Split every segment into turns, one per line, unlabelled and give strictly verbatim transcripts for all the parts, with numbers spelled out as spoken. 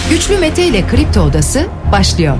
Güçlü Mete ile Kripto Odası başlıyor.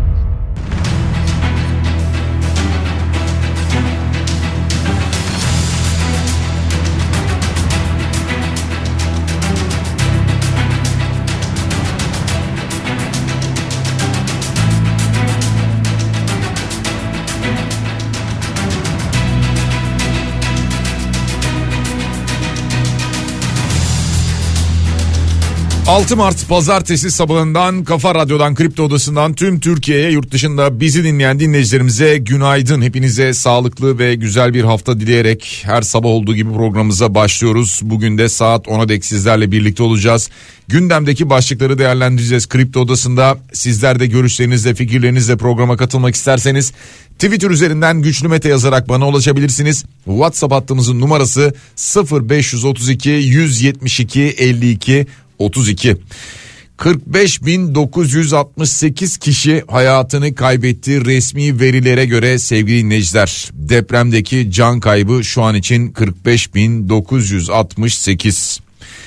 altı Mart Pazartesi sabahından Kafa Radyo'dan, Kripto Odası'ndan tüm Türkiye'ye, yurt dışında bizi dinleyen dinleyicilerimize günaydın. Hepinize sağlıklı ve güzel bir hafta dileyerek her sabah olduğu gibi programımıza başlıyoruz. Bugün de saat ona dek sizlerle birlikte olacağız. Gündemdeki başlıkları değerlendireceğiz Kripto Odası'nda. Sizler de görüşlerinizle, fikirlerinizle programa katılmak isterseniz Twitter üzerinden Güçlü Mete yazarak bana ulaşabilirsiniz. WhatsApp hattımızın numarası sıfır beş otuz iki yüz yetmiş iki elli iki otuz iki. kırk beş bin dokuz yüz altmış sekiz kişi hayatını kaybetti resmi verilere göre sevgili dinleyiciler. Depremdeki can kaybı şu an için kırk beş bin dokuz yüz altmış sekiz.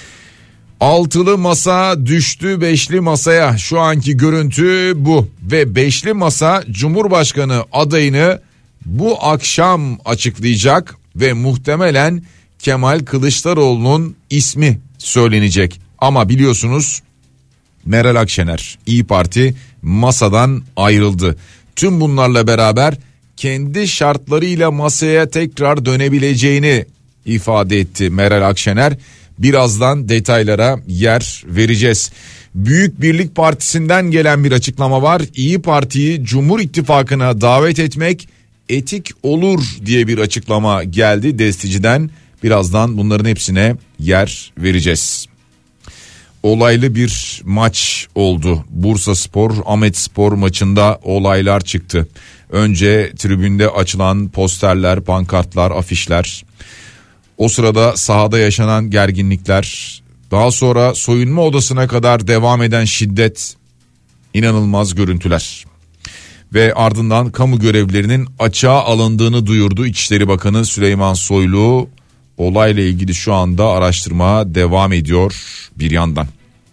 Altılı masa düştü beşli masaya, şu anki görüntü bu ve beşli masa Cumhurbaşkanı adayını bu akşam açıklayacak ve muhtemelen Kemal Kılıçdaroğlu'nun ismi söylenecek. Ama biliyorsunuz Meral Akşener, İYİ Parti masadan ayrıldı. Tüm bunlarla beraber kendi şartlarıyla masaya tekrar dönebileceğini ifade etti Meral Akşener. Birazdan detaylara yer vereceğiz. Büyük Birlik Partisi'nden gelen bir açıklama var. İYİ Parti'yi Cumhur İttifakı'na davet etmek etik olur diye bir açıklama geldi Destici'den. Birazdan bunların hepsine yer vereceğiz. Olaylı bir maç oldu. Bursaspor Ahmetspor maçında olaylar çıktı. Önce tribünde açılan posterler, pankartlar, afişler. O sırada sahada yaşanan gerginlikler, daha sonra soyunma odasına kadar devam eden şiddet, inanılmaz görüntüler. Ve ardından kamu görevlilerinin açığa alındığını duyurdu İçişleri Bakanı Süleyman Soylu. Olayla ilgili şu anda araştırma devam ediyor bir yandan.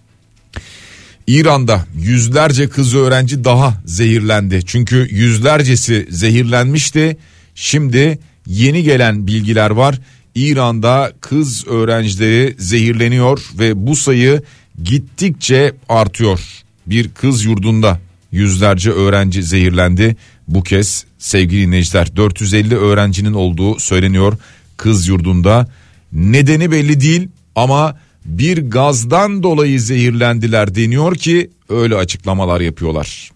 İran'da yüzlerce kız öğrenci daha zehirlendi. Çünkü yüzlercesi zehirlenmişti. Şimdi yeni gelen bilgiler var. İran'da kız öğrencileri zehirleniyor ve bu sayı gittikçe artıyor. Bir kız yurdunda yüzlerce öğrenci zehirlendi. Bu kez sevgili dinleyiciler dört yüz elli öğrencinin olduğu söyleniyor kız yurdunda. Nedeni belli değil ama bir gazdan dolayı zehirlendiler deniyor ki öyle açıklamalar yapıyorlar.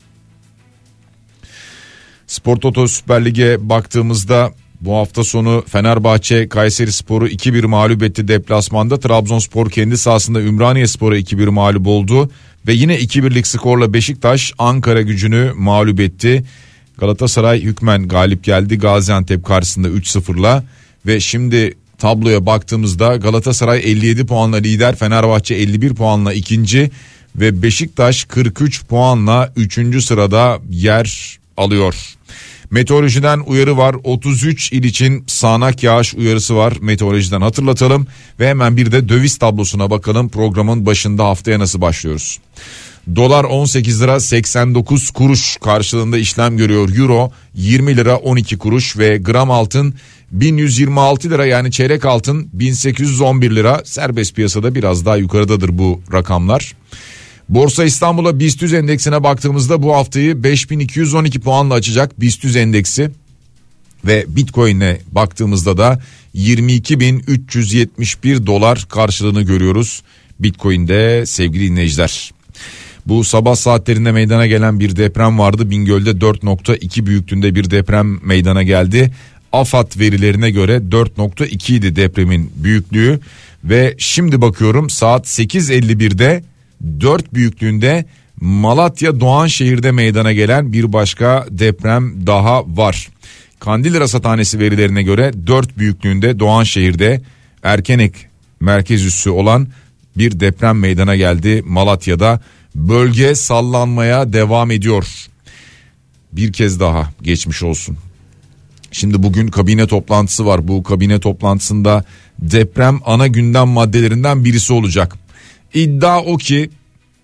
Spor Toto Süper Lig'e baktığımızda bu hafta sonu Fenerbahçe Kayserispor'u iki bir mağlup etti deplasmanda. Trabzonspor kendi sahasında Ümraniyespor'a iki bir mağlup oldu ve yine iki birlik skorla Beşiktaş Ankaragücü'nü mağlup etti. Galatasaray hükmen galip geldi Gaziantep karşısında üç sıfırla ve şimdi tabloya baktığımızda Galatasaray elli yedi puanla lider, Fenerbahçe elli bir puanla ikinci ve Beşiktaş kırk üç puanla üçüncü sırada yer alıyor. Meteorolojiden uyarı var. otuz üç il için sağanak yağış uyarısı var. Meteorolojiden hatırlatalım ve hemen bir de döviz tablosuna bakalım. Programın başında haftaya nasıl başlıyoruz? Dolar on sekiz lira seksen dokuz kuruş karşılığında işlem görüyor. Euro yirmi lira on iki kuruş ve gram altın bin yüz yirmi altı lira, yani çeyrek altın bin sekiz yüz on bir lira. Serbest piyasada biraz daha yukarıdadır bu rakamlar. Borsa İstanbul'a BIST endeksine baktığımızda bu haftayı beş bin iki yüz on iki puanla açacak BIST endeksi ve Bitcoin'e baktığımızda da yirmi iki bin üç yüz yetmiş bir dolar karşılığını görüyoruz Bitcoin'de sevgili dinleyiciler. Bu sabah saatlerinde meydana gelen bir deprem vardı. Bingöl'de dört nokta iki büyüklüğünde bir deprem meydana geldi. AFAD verilerine göre dört nokta iki idi depremin büyüklüğü ve şimdi bakıyorum saat sekiz elli birde dört büyüklüğünde Malatya Doğanşehir'de meydana gelen bir başka deprem daha var. Kandilli Rasathanesi verilerine göre dört büyüklüğünde Doğanşehir'de Erkenek merkez üssü olan bir deprem meydana geldi Malatya'da. Bölge sallanmaya devam ediyor. Bir kez daha geçmiş olsun. Şimdi bugün kabine toplantısı var. Bu kabine toplantısında deprem ana gündem maddelerinden birisi olacak. İddia o ki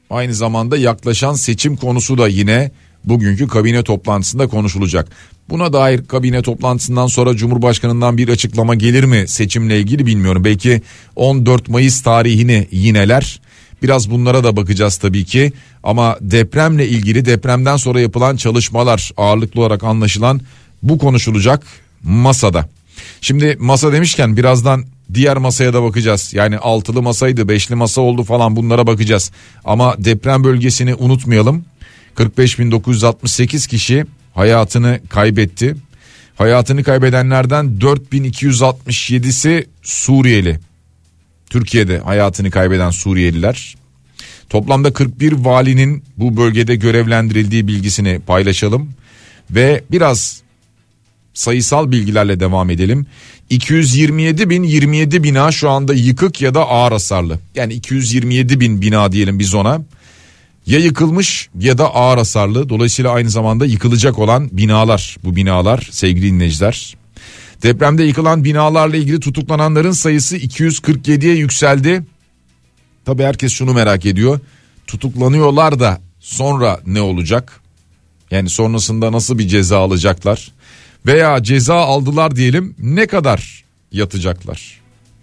aynı zamanda yaklaşan seçim konusu da yine bugünkü kabine toplantısında konuşulacak. Buna dair kabine toplantısından sonra Cumhurbaşkanı'ndan bir açıklama gelir mi seçimle ilgili bilmiyorum. Belki on dört Mayıs tarihini yineler. Biraz bunlara da bakacağız tabii ki. Ama depremle ilgili, depremden sonra yapılan çalışmalar ağırlıklı olarak anlaşılan bu konuşulacak masada. Şimdi masa demişken birazdan diğer masaya da bakacağız. Yani altılı masaydı, beşli masa oldu falan, bunlara bakacağız. Ama deprem bölgesini unutmayalım. kırk beş bin dokuz yüz altmış sekiz kişi hayatını kaybetti. Hayatını kaybedenlerden dört bin iki yüz altmış yedisi Suriyeli. Türkiye'de hayatını kaybeden Suriyeliler. Toplamda kırk bir valinin bu bölgede görevlendirildiği bilgisini paylaşalım. Ve biraz sayısal bilgilerle devam edelim. iki yüz yirmi yedi bin yirmi yedi bina şu anda yıkık ya da ağır hasarlı. Yani iki yüz yirmi yedi bin bina diyelim biz ona. Ya yıkılmış ya da ağır hasarlı. Dolayısıyla aynı zamanda yıkılacak olan binalar, bu binalar sevgili dinleyiciler. Depremde yıkılan binalarla ilgili tutuklananların sayısı iki yüz kırk yediye yükseldi. Tabii herkes şunu merak ediyor. Tutuklanıyorlar da sonra ne olacak? Yani sonrasında nasıl bir ceza alacaklar? Veya ceza aldılar diyelim, ne kadar yatacaklar?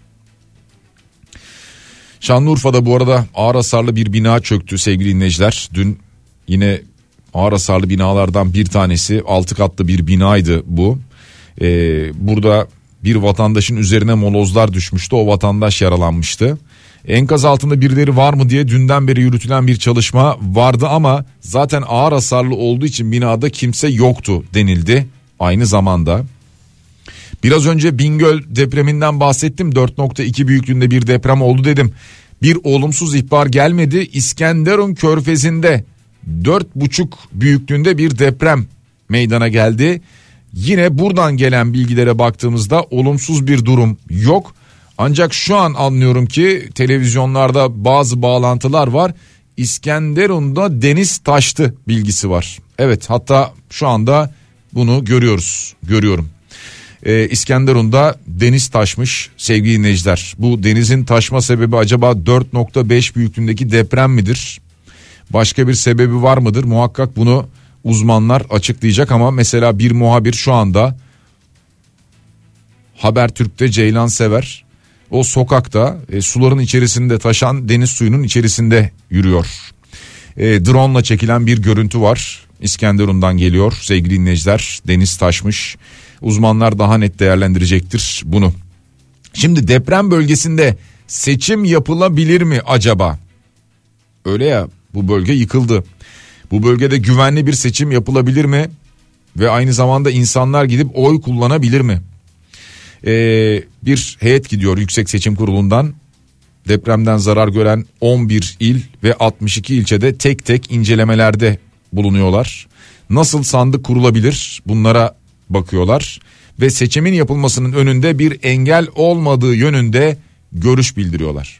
Şanlıurfa'da bu arada ağır hasarlı bir bina çöktü sevgili dinleyiciler. Dün yine ağır hasarlı binalardan bir tanesi, altı katlı bir binaydı bu. Ee, burada bir vatandaşın üzerine molozlar düşmüştü, o vatandaş yaralanmıştı. Enkaz altında birileri var mı diye dünden beri yürütülen bir çalışma vardı ama zaten ağır hasarlı olduğu için binada kimse yoktu denildi aynı zamanda. Biraz önce Bingöl depreminden bahsettim. dört nokta iki büyüklüğünde bir deprem oldu dedim. Bir olumsuz ihbar gelmedi. İskenderun Körfezi'nde dört buçuk büyüklüğünde bir deprem meydana geldi. Yine buradan gelen bilgilere baktığımızda olumsuz bir durum yok. Ancak şu an anlıyorum ki televizyonlarda bazı bağlantılar var. İskenderun'da deniz taştı bilgisi var. Evet, hatta şu anda bunu görüyoruz, görüyorum. Ee, İskenderun'da deniz taşmış sevgili dinleyiciler. Bu denizin taşma sebebi acaba dört nokta beş büyüklüğündeki deprem midir? Başka bir sebebi var mıdır? Muhakkak bunu uzmanlar açıklayacak ama mesela bir muhabir şu anda Habertürk'te, Ceylan Sever, o sokakta e, suların içerisinde taşan deniz suyunun içerisinde yürüyor. E, drone'la çekilen bir görüntü var. İskenderun'dan geliyor sevgili dinleyiciler. Deniz taşmış. Uzmanlar daha net değerlendirecektir bunu. Şimdi deprem bölgesinde seçim yapılabilir mi acaba? Öyle ya, bu bölge yıkıldı. Bu bölgede güvenli bir seçim yapılabilir mi? Ve aynı zamanda insanlar gidip oy kullanabilir mi? Ee, bir heyet gidiyor Yüksek Seçim Kurulu'ndan. Depremden zarar gören on bir il ve altmış iki ilçede tek tek incelemelerde bulunuyorlar. Nasıl sandık kurulabilir? Bunlara bakıyorlar ve seçimin yapılmasının önünde bir engel olmadığı yönünde görüş bildiriyorlar.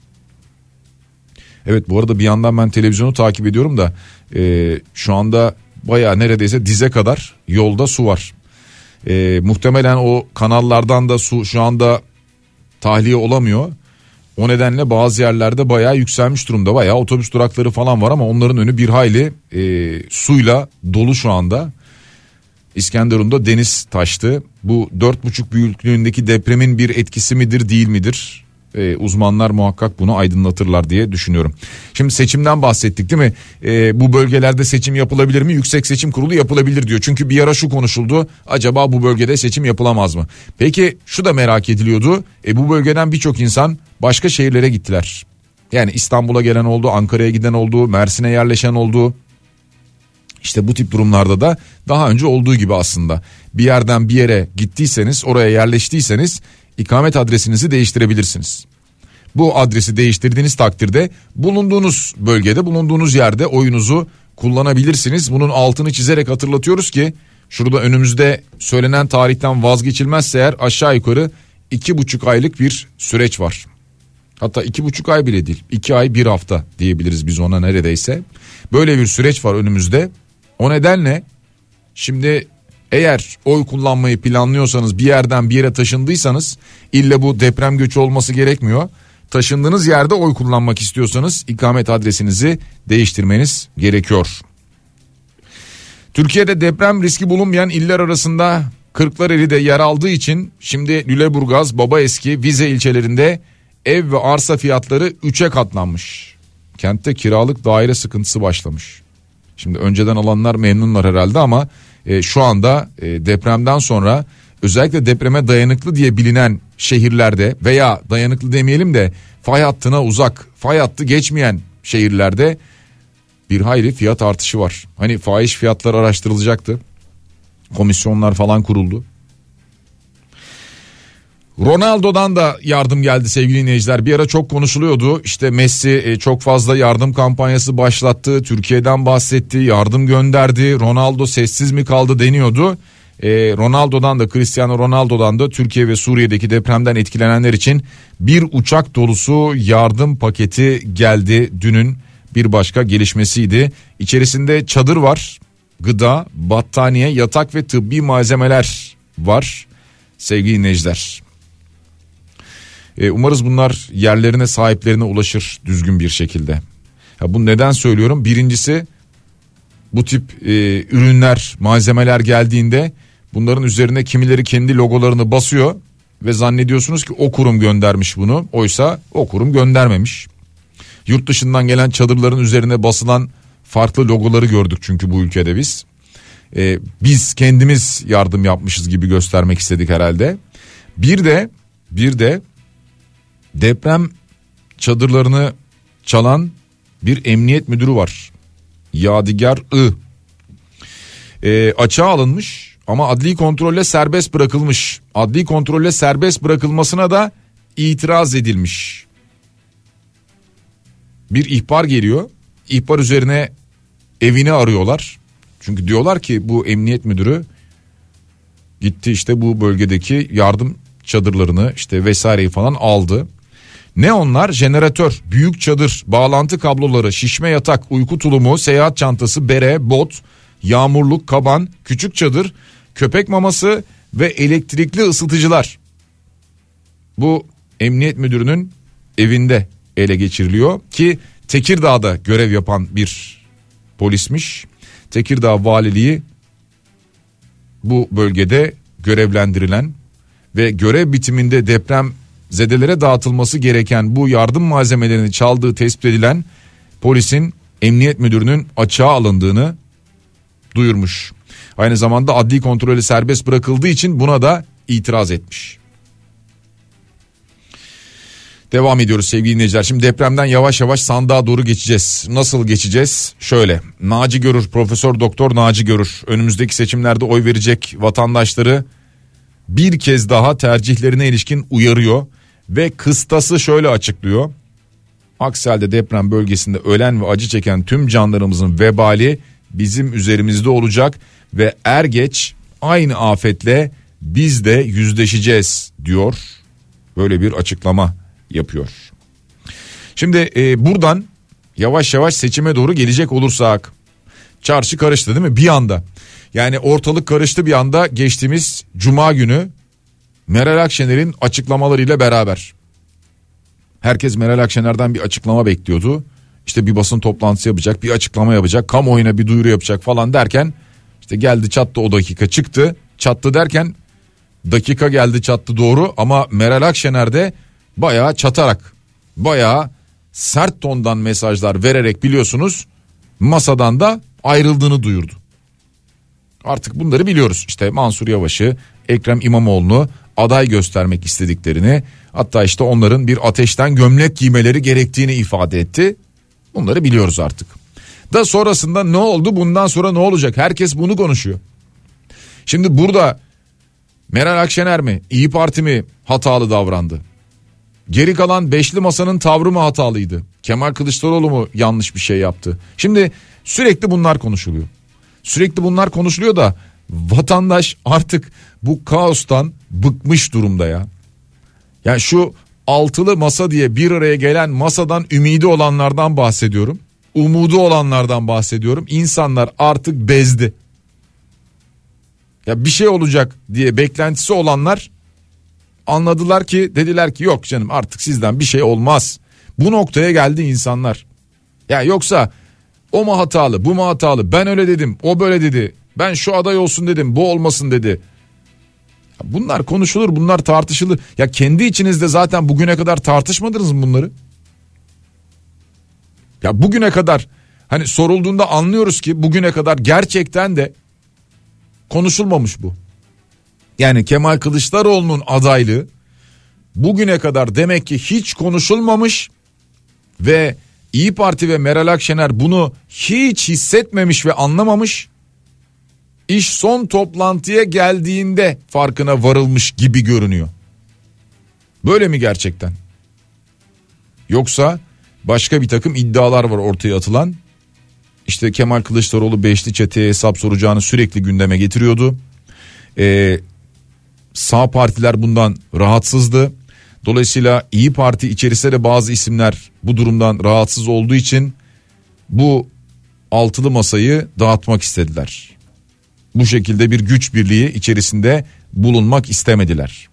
Evet, bu arada bir yandan ben televizyonu takip ediyorum da e, şu anda bayağı neredeyse dize kadar yolda su var. E, muhtemelen o kanallardan da su şu anda tahliye olamıyor. O nedenle bazı yerlerde bayağı yükselmiş durumda. Bayağı otobüs durakları falan var ama onların önü bir hayli e, suyla dolu şu anda. İskenderun'da deniz taştı. Bu dört buçuk büyüklüğündeki depremin bir etkisi midir, değil midir? Ee, uzmanlar muhakkak bunu aydınlatırlar diye düşünüyorum. Şimdi seçimden bahsettik değil mi? Ee, bu bölgelerde seçim yapılabilir mi? Yüksek Seçim Kurulu yapılabilir diyor. Çünkü bir ara şu konuşuldu. Acaba bu bölgede seçim yapılamaz mı? Peki şu da merak ediliyordu. E, bu bölgeden birçok insan başka şehirlere gittiler. Yani İstanbul'a gelen oldu, Ankara'ya giden oldu, Mersin'e yerleşen oldu. İşte bu tip durumlarda da daha önce olduğu gibi aslında bir yerden bir yere gittiyseniz, oraya yerleştiyseniz ikamet adresinizi değiştirebilirsiniz. Bu adresi değiştirdiğiniz takdirde bulunduğunuz bölgede, bulunduğunuz yerde oyunuzu kullanabilirsiniz. Bunun altını çizerek hatırlatıyoruz ki şurada önümüzde söylenen tarihten vazgeçilmezse eğer aşağı yukarı iki buçuk aylık bir süreç var. Hatta iki buçuk ay bile değil, iki ay bir hafta diyebiliriz biz ona neredeyse. Böyle bir süreç var önümüzde. O nedenle şimdi eğer oy kullanmayı planlıyorsanız, bir yerden bir yere taşındıysanız illa bu deprem göçü olması gerekmiyor. taşındığınız yerde oy kullanmak istiyorsanız ikamet adresinizi değiştirmeniz gerekiyor. Türkiye'de deprem riski bulunmayan iller arasında Kırklareli de yer aldığı için şimdi Lüleburgaz, Babaeski, Vize ilçelerinde ev ve arsa fiyatları üçe katlanmış. Kentte kiralık daire sıkıntısı başlamış. Şimdi önceden alanlar memnunlar herhalde ama e, şu anda e, depremden sonra özellikle depreme dayanıklı diye bilinen şehirlerde veya dayanıklı demeyelim de fay hattına uzak, fay hattı geçmeyen şehirlerde bir hayli fiyat artışı var. Hani fahiş fiyatlar araştırılacaktı. Komisyonlar falan kuruldu. Ronaldo'dan da yardım geldi sevgili dinleyiciler. Bir ara çok konuşuluyordu. İşte Messi çok fazla yardım kampanyası başlattı. Türkiye'den bahsetti, yardım gönderdi. Ronaldo sessiz mi kaldı deniyordu. Ee, Ronaldo'dan da Cristiano Ronaldo'dan da Türkiye ve Suriye'deki depremden etkilenenler için bir uçak dolusu yardım paketi geldi. Dünün bir başka gelişmesiydi. İçerisinde çadır var, gıda, battaniye, yatak ve tıbbi malzemeler var sevgili dinleyiciler. Ee, umarız bunlar yerlerine, sahiplerine ulaşır düzgün bir şekilde. Ya bunu neden söylüyorum? Birincisi bu tip e, ürünler, malzemeler geldiğinde bunların üzerine kimileri kendi logolarını basıyor ve zannediyorsunuz ki o kurum göndermiş bunu. Oysa o kurum göndermemiş. Yurt dışından gelen çadırların üzerine basılan farklı logoları gördük çünkü bu ülkede biz. Ee, biz kendimiz yardım yapmışız gibi göstermek istedik herhalde. Bir de bir de deprem çadırlarını çalan bir emniyet müdürü var. Yadigar I. Ee, açığa alınmış ama adli kontrolle serbest bırakılmış. Adli kontrolle serbest bırakılmasına da itiraz edilmiş. Bir ihbar geliyor. İhbar üzerine evini arıyorlar. Çünkü diyorlar ki bu emniyet müdürü gitti işte bu bölgedeki yardım çadırlarını işte vesaireyi falan aldı. Ne onlar? Jeneratör, büyük çadır, bağlantı kabloları, şişme yatak, uyku tulumu, seyahat çantası, bere, bot, yağmurluk, kaban, küçük çadır, köpek maması ve elektrikli ısıtıcılar. Bu emniyet müdürünün evinde ele geçiriliyor ki Tekirdağ'da görev yapan bir polismiş. Tekirdağ Valiliği bu bölgede görevlendirilen ve görev bitiminde deprem zedelere dağıtılması gereken bu yardım malzemelerini çaldığı tespit edilen polisin emniyet müdürünün açığa alındığını duyurmuş. Aynı zamanda adli kontrolü serbest bırakıldığı için buna da itiraz etmiş. Devam ediyoruz sevgili dinleyiciler. Şimdi depremden yavaş yavaş sandığa doğru geçeceğiz. Nasıl geçeceğiz? Şöyle. Naci Görür, Profesör Doktor Naci Görür önümüzdeki seçimlerde oy verecek vatandaşları bir kez daha tercihlerine ilişkin uyarıyor ve kıstası şöyle açıklıyor. Aksi halde deprem bölgesinde ölen ve acı çeken tüm canlarımızın vebali bizim üzerimizde olacak ve er geç aynı afetle biz de yüzleşeceğiz diyor. Böyle bir açıklama yapıyor. Şimdi e, buradan yavaş yavaş seçime doğru gelecek olursak, çarşı karıştı değil mi bir anda? Yani ortalık karıştı bir anda geçtiğimiz Cuma günü Meral Akşener'in açıklamalarıyla beraber. Herkes Meral Akşener'den bir açıklama bekliyordu. İşte bir basın toplantısı yapacak, bir açıklama yapacak, kamuoyuna bir duyuru yapacak falan derken işte geldi çattı o dakika çıktı. Çattı derken dakika geldi çattı doğru ama Meral Akşener de bayağı çatarak, bayağı sert tondan mesajlar vererek biliyorsunuz masadan da ayrıldığını duyurdu. Artık bunları biliyoruz. İşte Mansur Yavaş'ı, Ekrem İmamoğlu'nu aday göstermek istediklerini, hatta işte onların bir ateşten gömlek giymeleri gerektiğini ifade etti. Bunları biliyoruz artık. Da sonrasında ne oldu, bundan sonra ne olacak? Herkes bunu konuşuyor. Şimdi burada Meral Akşener mi, İYİ Parti mi hatalı davrandı? Geri kalan beşli masanın tavrı mı hatalıydı? Kemal Kılıçdaroğlu mu yanlış bir şey yaptı? Şimdi sürekli bunlar konuşuluyor. Sürekli bunlar konuşuluyor da vatandaş artık bu kaostan bıkmış durumda ya. Yani şu altılı masa diye bir araya gelen masadan ümidi olanlardan bahsediyorum. Umudu olanlardan bahsediyorum. İnsanlar artık bezdi. Ya bir şey olacak diye beklentisi olanlar anladılar ki, dediler ki yok canım artık sizden bir şey olmaz. Bu noktaya geldi insanlar. Ya yoksa o mu hatalı, bu mu hatalı, ben öyle dedim, o böyle dedi, ben şu aday olsun dedim, bu olmasın dedi. Bunlar konuşulur, bunlar tartışılır. Ya kendi içinizde zaten bugüne kadar tartışmadınız mı bunları? Ya bugüne kadar hani sorulduğunda anlıyoruz ki bugüne kadar gerçekten de konuşulmamış bu. Yani Kemal Kılıçdaroğlu'nun adaylığı bugüne kadar demek ki hiç konuşulmamış ve İyi Parti ve Meral Akşener bunu hiç hissetmemiş ve anlamamış. İş son toplantıya geldiğinde farkına varılmış gibi görünüyor. Böyle mi gerçekten? Yoksa başka bir takım iddialar var ortaya atılan. İşte Kemal Kılıçdaroğlu beşli çeteye hesap soracağını sürekli gündeme getiriyordu. Ee, sağ partiler bundan rahatsızdı. Dolayısıyla İyi Parti içerisinde de bazı isimler bu durumdan rahatsız olduğu için bu altılı masayı dağıtmak istediler. Bu şekilde bir güç birliği içerisinde bulunmak istemediler.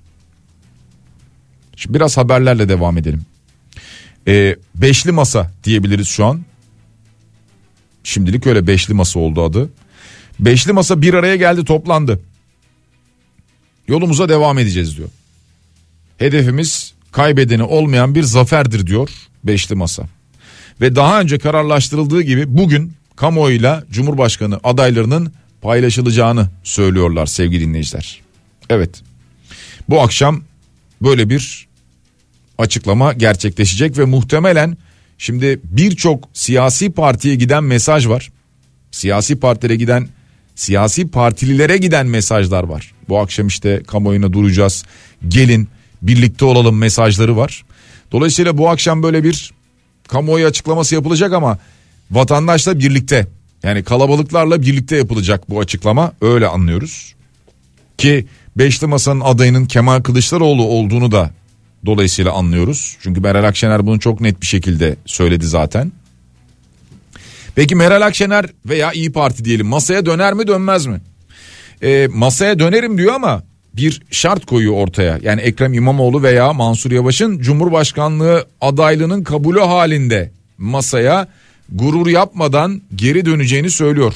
Şimdi biraz haberlerle devam edelim. Ee, beşli masa diyebiliriz şu an. Şimdilik öyle beşli masa oldu adı. Beşli masa bir araya geldi, toplandı. Yolumuza devam edeceğiz diyor. Hedefimiz kaybedeni olmayan bir zaferdir diyor beşli masa. Ve daha önce kararlaştırıldığı gibi bugün kamuoyuyla Cumhurbaşkanı adaylarının paylaşılacağını söylüyorlar sevgili dinleyiciler. Evet, bu akşam böyle bir açıklama gerçekleşecek ve muhtemelen şimdi birçok siyasi partiye giden mesaj var. Siyasi partilere giden, siyasi partililere giden mesajlar var. Bu akşam işte kamuoyuna duracağız, gelin birlikte olalım mesajları var. Dolayısıyla bu akşam böyle bir kamuoyu açıklaması yapılacak ama vatandaşla birlikte, yani kalabalıklarla birlikte yapılacak bu açıklama, öyle anlıyoruz. Ki beşli masanın adayının Kemal Kılıçdaroğlu olduğunu da dolayısıyla anlıyoruz. Çünkü Meral Akşener bunu çok net bir şekilde söyledi zaten. Peki Meral Akşener veya İyi Parti diyelim masaya döner mi dönmez mi? E, masaya dönerim diyor ama bir şart koyuyor ortaya. Yani Ekrem İmamoğlu veya Mansur Yavaş'ın Cumhurbaşkanlığı adaylığının kabulü halinde masaya gurur yapmadan geri döneceğini söylüyor.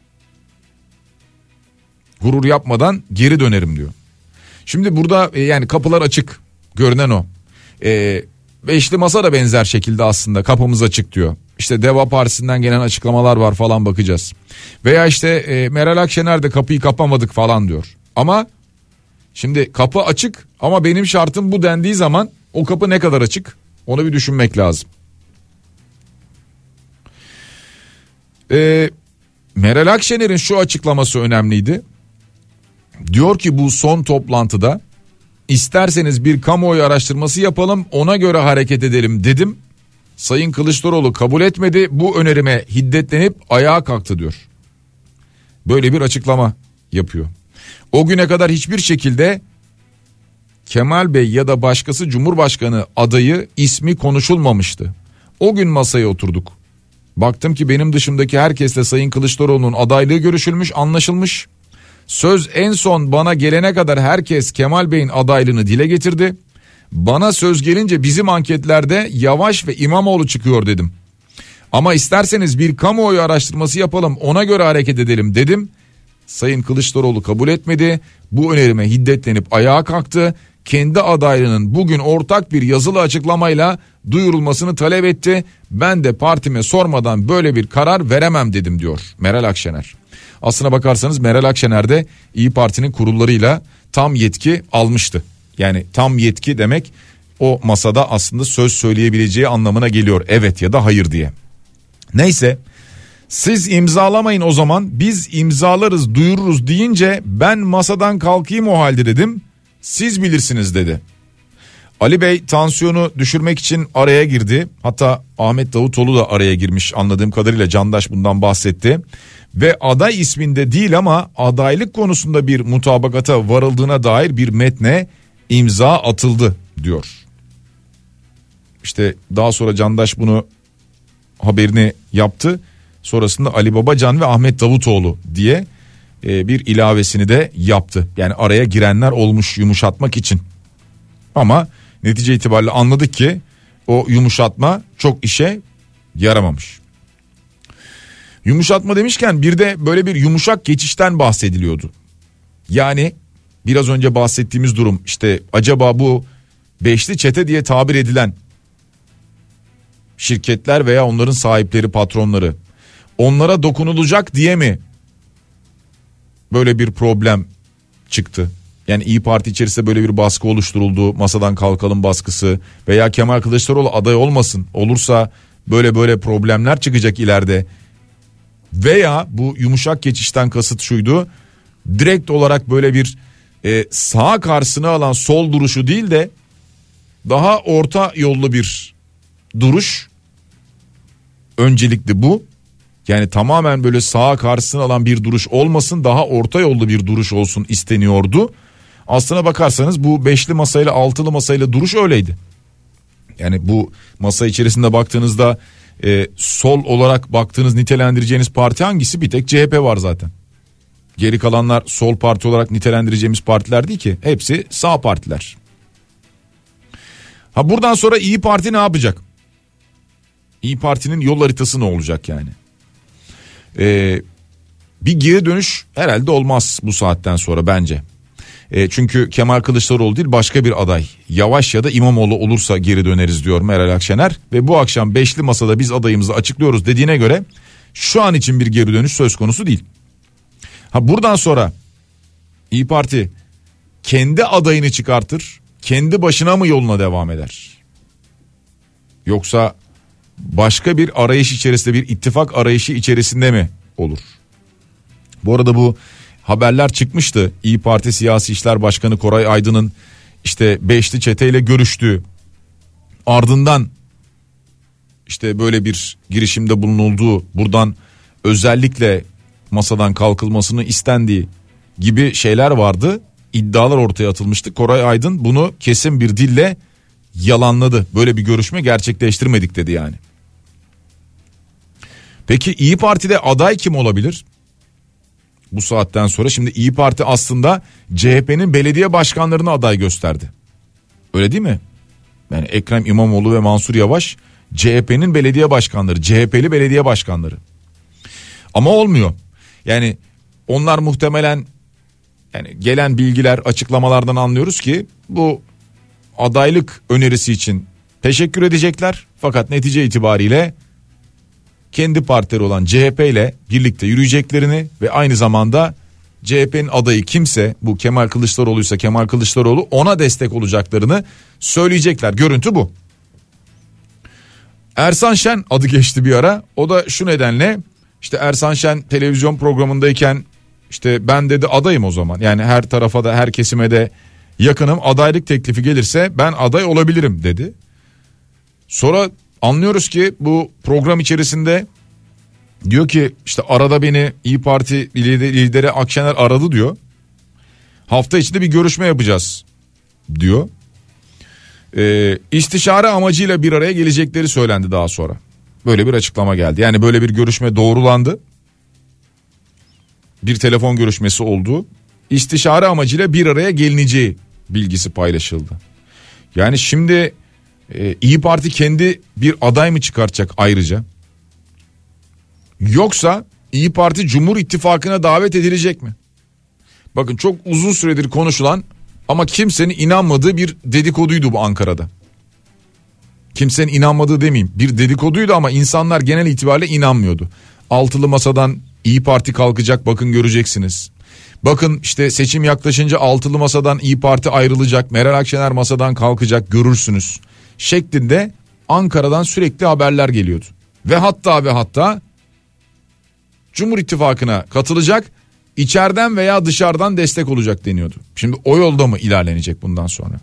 Gurur yapmadan geri dönerim diyor. Şimdi burada e, yani kapılar açık, görünen o. E, beşli masa da benzer şekilde aslında kapımız açık diyor. İşte Deva Partisi'nden gelen açıklamalar var falan, bakacağız. Veya işte e, Meral Akşener de kapıyı kapamadık falan diyor. Ama şimdi kapı açık ama benim şartım bu dendiği zaman o kapı ne kadar açık onu bir düşünmek lazım. E, Meral Akşener'in şu açıklaması önemliydi. Diyor ki bu son toplantıda isterseniz bir kamuoyu araştırması yapalım, ona göre hareket edelim dedim. Sayın Kılıçdaroğlu kabul etmedi, bu önerime hiddetlenip ayağa kalktı diyor. Böyle bir açıklama yapıyor. O güne kadar hiçbir şekilde Kemal Bey ya da başkası Cumhurbaşkanı adayı ismi konuşulmamıştı. O gün masaya oturduk. Baktım ki benim dışımdaki herkesle Sayın Kılıçdaroğlu'nun adaylığı görüşülmüş, anlaşılmış. Söz en son bana gelene kadar herkes Kemal Bey'in adaylığını dile getirdi. Bana söz gelince bizim anketlerde Yavaş ve İmamoğlu çıkıyor dedim. Ama isterseniz bir kamuoyu araştırması yapalım, ona göre hareket edelim dedim. Sayın Kılıçdaroğlu kabul etmedi. Bu önerime hiddetlenip ayağa kalktı. Kendi adaylığının bugün ortak bir yazılı açıklamayla duyurulmasını talep etti. Ben de partime sormadan böyle bir karar veremem dedim diyor Meral Akşener. Aslına bakarsanız Meral Akşener de İyi Parti'nin kurullarıyla tam yetki almıştı. Yani tam yetki demek o masada aslında söz söyleyebileceği anlamına geliyor. Evet ya da hayır diye. Neyse, siz imzalamayın o zaman, biz imzalarız duyururuz deyince ben masadan kalkayım o halde dedim. Siz bilirsiniz dedi. Ali Bey tansiyonu düşürmek için araya girdi. Hatta Ahmet Davutoğlu da araya girmiş anladığım kadarıyla, Candaş bundan bahsetti. Ve aday isminde değil ama adaylık konusunda bir mutabakata varıldığına dair bir metne imza atıldı diyor. İşte daha sonra Candaş bunu haberini yaptı. Sonrasında Ali Babacan ve Ahmet Davutoğlu diye bir ilavesini de yaptı. Yani araya girenler olmuş yumuşatmak için. Ama netice itibariyle anladık ki o yumuşatma çok işe yaramamış. Yumuşatma demişken bir de böyle bir yumuşak geçişten bahsediliyordu. Yani biraz önce bahsettiğimiz durum, işte acaba bu beşli çete diye tabir edilen şirketler veya onların sahipleri, patronları, onlara dokunulacak diye mi böyle bir problem çıktı? Yani İYİ Parti içerisinde böyle bir baskı oluşturuldu, masadan kalkalım baskısı veya Kemal Kılıçdaroğlu aday olmasın, olursa böyle böyle problemler çıkacak ileride. Veya bu yumuşak geçişten kasıt şuydu, direkt olarak böyle bir e, sağ karşısına alan sol duruşu değil de daha orta yollu bir duruş öncelikli bu. Yani tamamen böyle sağa karşısına alan bir duruş olmasın, daha orta yollu bir duruş olsun isteniyordu. Aslına bakarsanız bu beşli masayla altılı masayla duruş öyleydi. Yani bu masa içerisinde baktığınızda e, sol olarak baktığınız, nitelendireceğiniz parti hangisi? Bir tek C H P var zaten. Geri kalanlar sol parti olarak nitelendireceğimiz partiler değil ki. Hepsi sağ partiler. Ha, buradan sonra İYİ Parti ne yapacak? İYİ Parti'nin yol haritası ne olacak yani? Ee, bir geri dönüş herhalde olmaz bu saatten sonra bence. E, çünkü Kemal Kılıçdaroğlu değil, başka bir aday, Yavaş ya da İmamoğlu olursa geri döneriz diyor Meral Akşener. Ve bu akşam beşli masada biz adayımızı açıklıyoruz dediğine göre şu an için bir geri dönüş söz konusu değil. Ha, buradan sonra İYİ Parti kendi adayını çıkartır, kendi başına mı yoluna devam eder? Yoksa başka bir arayış içerisinde, bir ittifak arayışı içerisinde mi olur? Bu arada bu haberler çıkmıştı. İYİ Parti Siyasi İşler Başkanı Koray Aydın'ın işte beşli çeteyle görüştüğü, ardından işte böyle bir girişimde bulunulduğu, buradan özellikle masadan kalkılmasını istendiği gibi şeyler vardı. İddialar ortaya atılmıştı. Koray Aydın bunu kesin bir dille yalanladı. Böyle bir görüşme gerçekleştirmedik dedi yani. Peki İYİ Parti'de aday kim olabilir? Bu saatten sonra şimdi İYİ Parti aslında C H P'nin belediye başkanlarını aday gösterdi. Öyle değil mi? Yani Ekrem İmamoğlu ve Mansur Yavaş C H P'nin belediye başkanları, C H P'li belediye başkanları. Ama olmuyor. Yani onlar muhtemelen, yani gelen bilgiler, açıklamalardan anlıyoruz ki bu adaylık önerisi için teşekkür edecekler. Fakat netice itibariyle kendi partileri olan C H P ile birlikte yürüyeceklerini ve aynı zamanda C H P'nin adayı kimse, bu Kemal Kılıçdaroğlu'ysa Kemal Kılıçdaroğlu, ona destek olacaklarını söyleyecekler. Görüntü bu. Ersan Şen adı geçti bir ara. O da şu nedenle, işte Ersan Şen televizyon programındayken işte ben dedi adayım o zaman. Yani her tarafa da, her kesime de yakınım, adaylık teklifi gelirse ben aday olabilirim dedi. Sonra anlıyoruz ki bu program içerisinde diyor ki işte arada beni İYİ Parti lideri Akşener aradı diyor. Hafta içinde bir görüşme yapacağız diyor. Ee, istişare amacıyla bir araya gelecekleri söylendi daha sonra. Böyle bir açıklama geldi. Yani böyle bir görüşme doğrulandı. Bir telefon görüşmesi oldu. İstişare amacıyla bir araya gelineceği bilgisi paylaşıldı. Yani şimdi e, İYİ Parti kendi bir aday mı çıkartacak ayrıca? Yoksa İYİ Parti Cumhur İttifakı'na davet edilecek mi? Bakın, çok uzun süredir konuşulan ama kimsenin inanmadığı bir dedikoduydu bu Ankara'da. Kimsenin inanmadığı demeyeyim, bir dedikoduydu ama insanlar genel itibariyle inanmıyordu. Altılı masadan İYİ Parti kalkacak, bakın göreceksiniz. Bakın işte seçim yaklaşınca altılı masadan İYİ Parti ayrılacak, Meral Akşener masadan kalkacak, görürsünüz şeklinde Ankara'dan sürekli haberler geliyordu. Ve hatta ve hatta Cumhur İttifakı'na katılacak, içeriden veya dışarıdan destek olacak deniyordu. Şimdi o yolda mı ilerlenecek bundan sonra?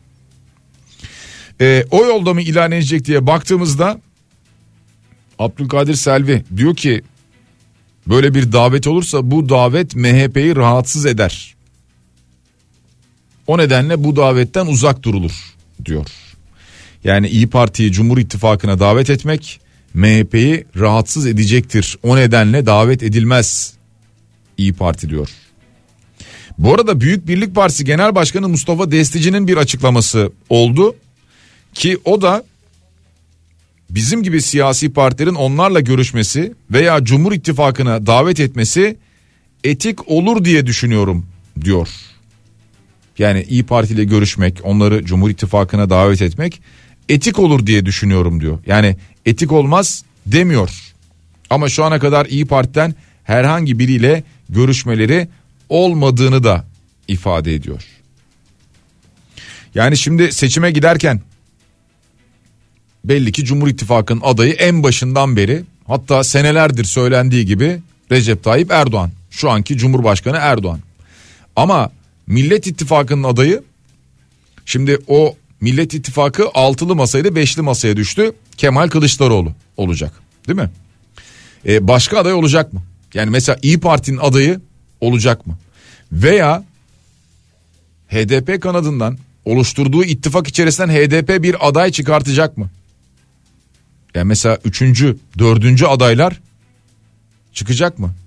Ee, o yolda mı ilerlenecek diye baktığımızda Abdülkadir Selvi diyor ki böyle bir davet olursa bu davet M H P'yi rahatsız eder. O nedenle bu davetten uzak durulur diyor. Yani İYİ Parti'yi Cumhur İttifakı'na davet etmek M H P'yi rahatsız edecektir. O nedenle davet edilmez İYİ Parti diyor. Bu arada Büyük Birlik Partisi Genel Başkanı Mustafa Destici'nin bir açıklaması oldu ki o da bizim gibi siyasi partilerin onlarla görüşmesi veya Cumhur İttifakı'na davet etmesi etik olur diye düşünüyorum diyor. Yani İYİ Parti ile görüşmek, onları Cumhur İttifakı'na davet etmek etik olur diye düşünüyorum diyor. Yani etik olmaz demiyor. Ama şu ana kadar İYİ Parti'den herhangi biriyle görüşmeleri olmadığını da ifade ediyor. Yani şimdi seçime giderken belli ki Cumhur İttifakı'nın adayı en başından beri, hatta senelerdir söylendiği gibi Recep Tayyip Erdoğan. Şu anki Cumhurbaşkanı Erdoğan. Ama Millet İttifakı'nın adayı, şimdi o Millet İttifakı altılı masaydı, beşli masaya düştü. Kemal Kılıçdaroğlu olacak, değil mi? Ee, başka aday olacak mı? Yani mesela İYİ Parti'nin adayı olacak mı? Veya H D P kanadından oluşturduğu ittifak içerisinden H D P bir aday çıkartacak mı? Yani mesela üçüncü, dördüncü adaylar çıkacak mı?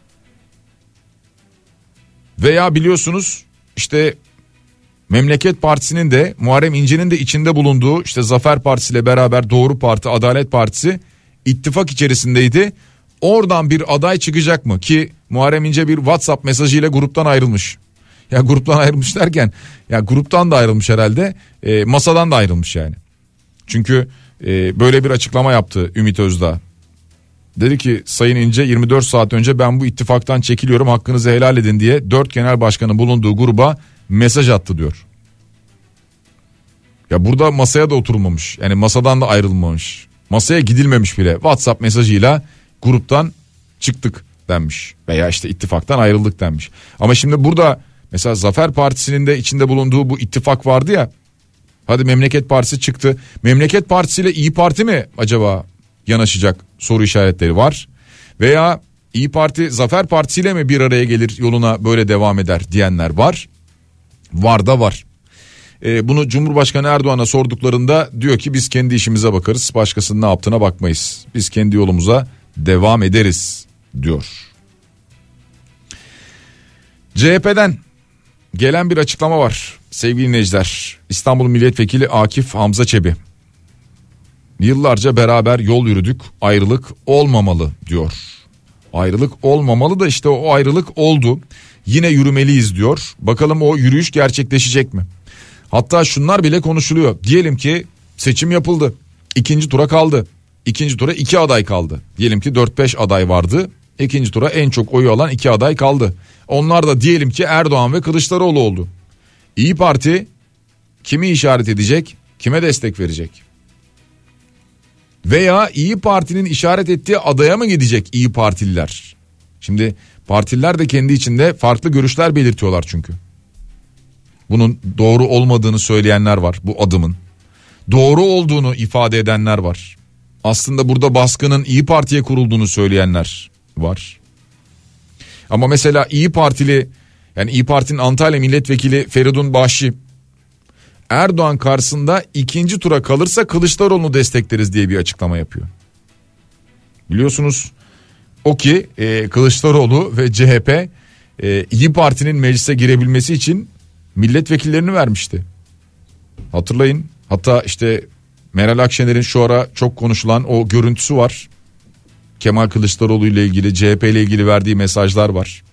Veya biliyorsunuz işte Memleket Partisi'nin de, Muharrem İnce'nin de içinde bulunduğu işte Zafer Partisi ile beraber Doğru Parti, Adalet Partisi ittifak içerisindeydi. Oradan bir aday çıkacak mı? Ki Muharrem İnce bir WhatsApp mesajıyla gruptan ayrılmış. Ya gruptan ayrılmış derken, ya gruptan da ayrılmış herhalde, e, masadan da ayrılmış yani. Çünkü e, böyle bir açıklama yaptı Ümit Özdağ. Dedi ki Sayın İnce yirmi dört saat önce ben bu ittifaktan çekiliyorum, hakkınızı helal edin diye dört genel başkanın bulunduğu gruba mesaj attı diyor. Ya burada masaya da oturulmamış, yani masadan da ayrılmamış, masaya gidilmemiş bile, WhatsApp mesajıyla gruptan çıktık denmiş veya işte ittifaktan ayrıldık denmiş. Ama şimdi burada mesela Zafer Partisi'nin de içinde bulunduğu bu ittifak vardı ya, hadi Memleket Partisi çıktı, Memleket Partisi ile İYİ Parti mi acaba yanaşacak soru işaretleri var. Veya İYİ Parti Zafer Partisi ile mi bir araya gelir, yoluna böyle devam eder diyenler var. Var da var. Ee, bunu Cumhurbaşkanı Erdoğan'a sorduklarında diyor ki biz kendi işimize bakarız, başkasının ne yaptığına bakmayız. Biz kendi yolumuza devam ederiz diyor. C H P'den gelen bir açıklama var sevgili dinleyiciler. İstanbul Milletvekili Akif Hamza Çebi. Yıllarca beraber yol yürüdük, ayrılık olmamalı diyor. Ayrılık olmamalı da işte o ayrılık oldu. Yine yürümeliyiz diyor. Bakalım o yürüyüş gerçekleşecek mi? Hatta şunlar bile konuşuluyor. Diyelim ki seçim yapıldı, İkinci tura kaldı. İkinci tura iki aday kaldı. Diyelim ki dört beş aday vardı. İkinci tura en çok oyu alan iki aday kaldı. Onlar da diyelim ki Erdoğan ve Kılıçdaroğlu oldu. İYİ Parti kimi işaret edecek, kime destek verecek? Veya İYİ Parti'nin işaret ettiği adaya mı gidecek İYİ Partililer? Şimdi partiler de kendi içinde farklı görüşler belirtiyorlar çünkü. Bunun doğru olmadığını söyleyenler var bu adımın. Doğru olduğunu ifade edenler var. Aslında burada baskının İYİ Parti'ye kurulduğunu söyleyenler var. Ama mesela İYİ Partili, yani İYİ Parti'nin Antalya Milletvekili Feridun Bahşi, Erdoğan karşısında ikinci tura kalırsa Kılıçdaroğlu'nu destekleriz diye bir açıklama yapıyor. Biliyorsunuz o ki e, Kılıçdaroğlu ve C H P e, İYİ Parti'nin meclise girebilmesi için milletvekillerini vermişti. Hatırlayın, hatta işte Meral Akşener'in şu ara çok konuşulan o görüntüsü var. Kemal Kılıçdaroğlu ile ilgili, C H P ile ilgili verdiği mesajlar var.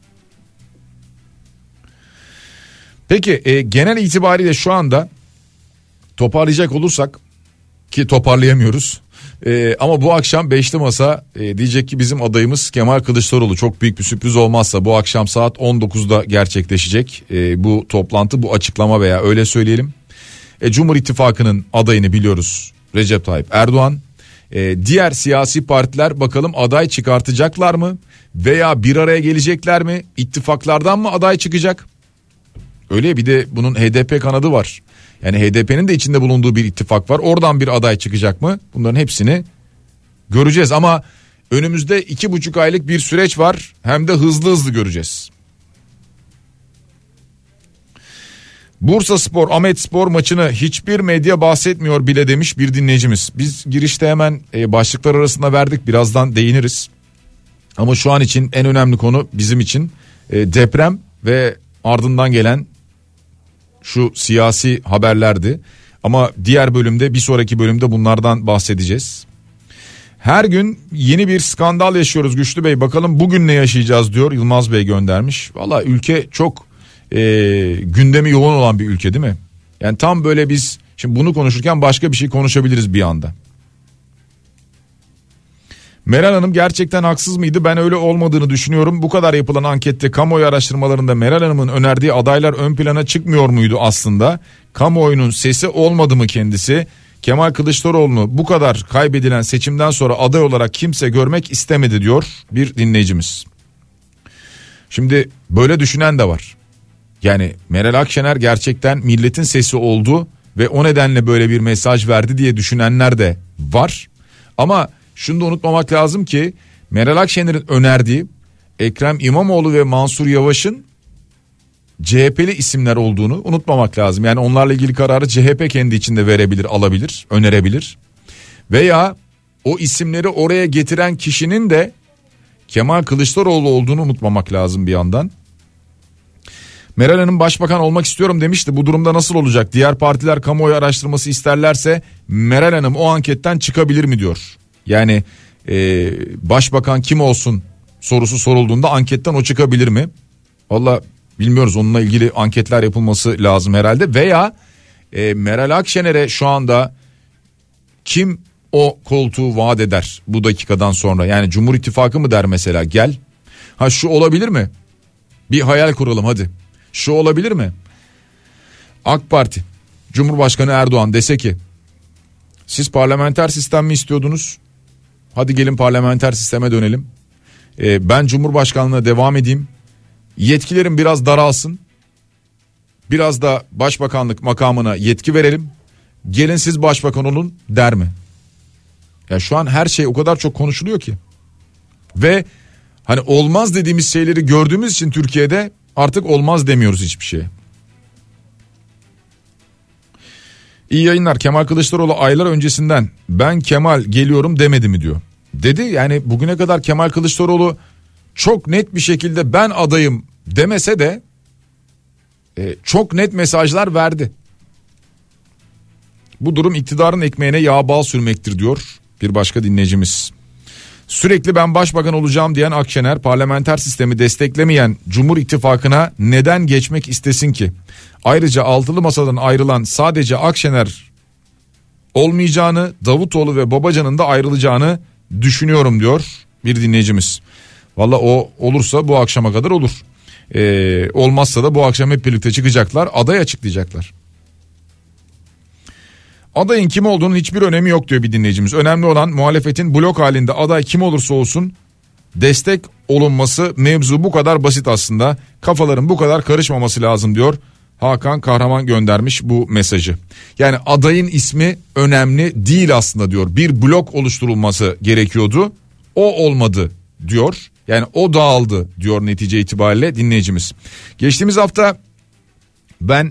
Peki e, genel itibariyle şu anda toparlayacak olursak, ki toparlayamıyoruz e, ama bu akşam beşli masa e, diyecek ki bizim adayımız Kemal Kılıçdaroğlu, çok büyük bir sürpriz olmazsa bu akşam saat on dokuzda gerçekleşecek e, bu toplantı, bu açıklama veya öyle söyleyelim. E, Cumhur İttifakı'nın adayını biliyoruz, Recep Tayyip Erdoğan. E, diğer siyasi partiler bakalım aday çıkartacaklar mı veya bir araya gelecekler mi, ittifaklardan mı aday çıkacak? Öyle, bir de bunun H D P kanadı var. Yani H D P'nin de içinde bulunduğu bir ittifak var. Oradan bir aday çıkacak mı? Bunların hepsini göreceğiz ama önümüzde iki buçuk aylık bir süreç var. Hem de hızlı hızlı göreceğiz. Bursaspor Ahmetspor maçını hiçbir medya bahsetmiyor bile demiş bir dinleyicimiz. Biz girişte hemen başlıklar arasında verdik, birazdan değiniriz. Ama şu an için en önemli konu bizim için deprem ve ardından gelen şu siyasi haberlerdi. Ama diğer bölümde, bir sonraki bölümde bunlardan bahsedeceğiz. Her gün yeni bir skandal yaşıyoruz Güçlü Bey. Bakalım bugün ne yaşayacağız diyor Yılmaz Bey göndermiş. Valla ülke çok e, gündemi yoğun olan bir ülke değil mi? Yani tam böyle biz şimdi bunu konuşurken başka bir şey konuşabiliriz bir anda. Meral Hanım gerçekten haksız mıydı? Ben öyle olmadığını düşünüyorum. Bu kadar yapılan ankette, kamuoyu araştırmalarında Meral Hanım'ın önerdiği adaylar ön plana çıkmıyor muydu aslında? Kamuoyunun sesi olmadı mı kendisi? Kemal Kılıçdaroğlu'nu bu kadar kaybedilen seçimden sonra aday olarak kimse görmek istemedi diyor bir dinleyicimiz. Şimdi böyle düşünen de var. Yani Meral Akşener gerçekten milletin sesi oldu ve o nedenle böyle bir mesaj verdi diye düşünenler de var. Ama şunu da unutmamak lazım ki Meral Akşener'in önerdiği Ekrem İmamoğlu ve Mansur Yavaş'ın C H P'li isimler olduğunu unutmamak lazım. Yani onlarla ilgili kararı C H P kendi içinde verebilir, alabilir, önerebilir. Veya o isimleri oraya getiren kişinin de Kemal Kılıçdaroğlu olduğunu unutmamak lazım bir yandan. Meral Hanım başbakan olmak istiyorum demişti. Bu durumda nasıl olacak? Diğer partiler kamuoyu araştırması isterlerse Meral Hanım o anketten çıkabilir mi diyor. Yani e, başbakan kim olsun sorusu sorulduğunda anketten o çıkabilir mi? Valla bilmiyoruz, onunla ilgili anketler yapılması lazım herhalde. Veya e, Meral Akşener'e şu anda kim o koltuğu vaat eder bu dakikadan sonra? Yani Cumhur İttifakı mı der mesela, gel. Ha şu olabilir mi? Bir hayal kuralım hadi. Şu olabilir mi? AK Parti, Cumhurbaşkanı Erdoğan dese ki siz parlamenter sistem mi istiyordunuz? Hadi gelin parlamenter sisteme dönelim. Ee, ben Cumhurbaşkanlığına devam edeyim. Yetkilerim biraz daralsın. Biraz da başbakanlık makamına yetki verelim. Gelin siz başbakan olun der mi? Ya şu an her şey o kadar çok konuşuluyor ki. Ve hani olmaz dediğimiz şeyleri gördüğümüz için Türkiye'de artık olmaz demiyoruz hiçbir şeye. İyi yayınlar. Kemal Kılıçdaroğlu aylar öncesinden ben Kemal geliyorum demedi mi diyor. Dedi, yani bugüne kadar Kemal Kılıçdaroğlu çok net bir şekilde ben adayım demese de e, çok net mesajlar verdi. Bu durum iktidarın ekmeğine yağ bal sürmektir diyor bir başka dinleyicimiz. Sürekli ben başbakan olacağım diyen Akşener parlamenter sistemi desteklemeyen Cumhur İttifakı'na neden geçmek istesin ki? Ayrıca altılı masadan ayrılan sadece Akşener olmayacağını, Davutoğlu ve Babacan'ın da ayrılacağını düşünüyorum diyor bir dinleyicimiz. Valla o olursa bu akşama kadar olur. Ee, olmazsa da bu akşam hep birlikte çıkacaklar, aday açıklayacaklar. Adayın kim olduğunun hiçbir önemi yok diyor bir dinleyicimiz. Önemli olan muhalefetin blok halinde aday kim olursa olsun destek olunması, mevzu bu kadar basit aslında. Kafaların bu kadar karışmaması lazım diyor. Hakan Kahraman göndermiş bu mesajı. Yani adayın ismi önemli değil aslında diyor. Bir blok oluşturulması gerekiyordu. O olmadı diyor. Yani o dağıldı diyor netice itibariyle dinleyicimiz. Geçtiğimiz hafta ben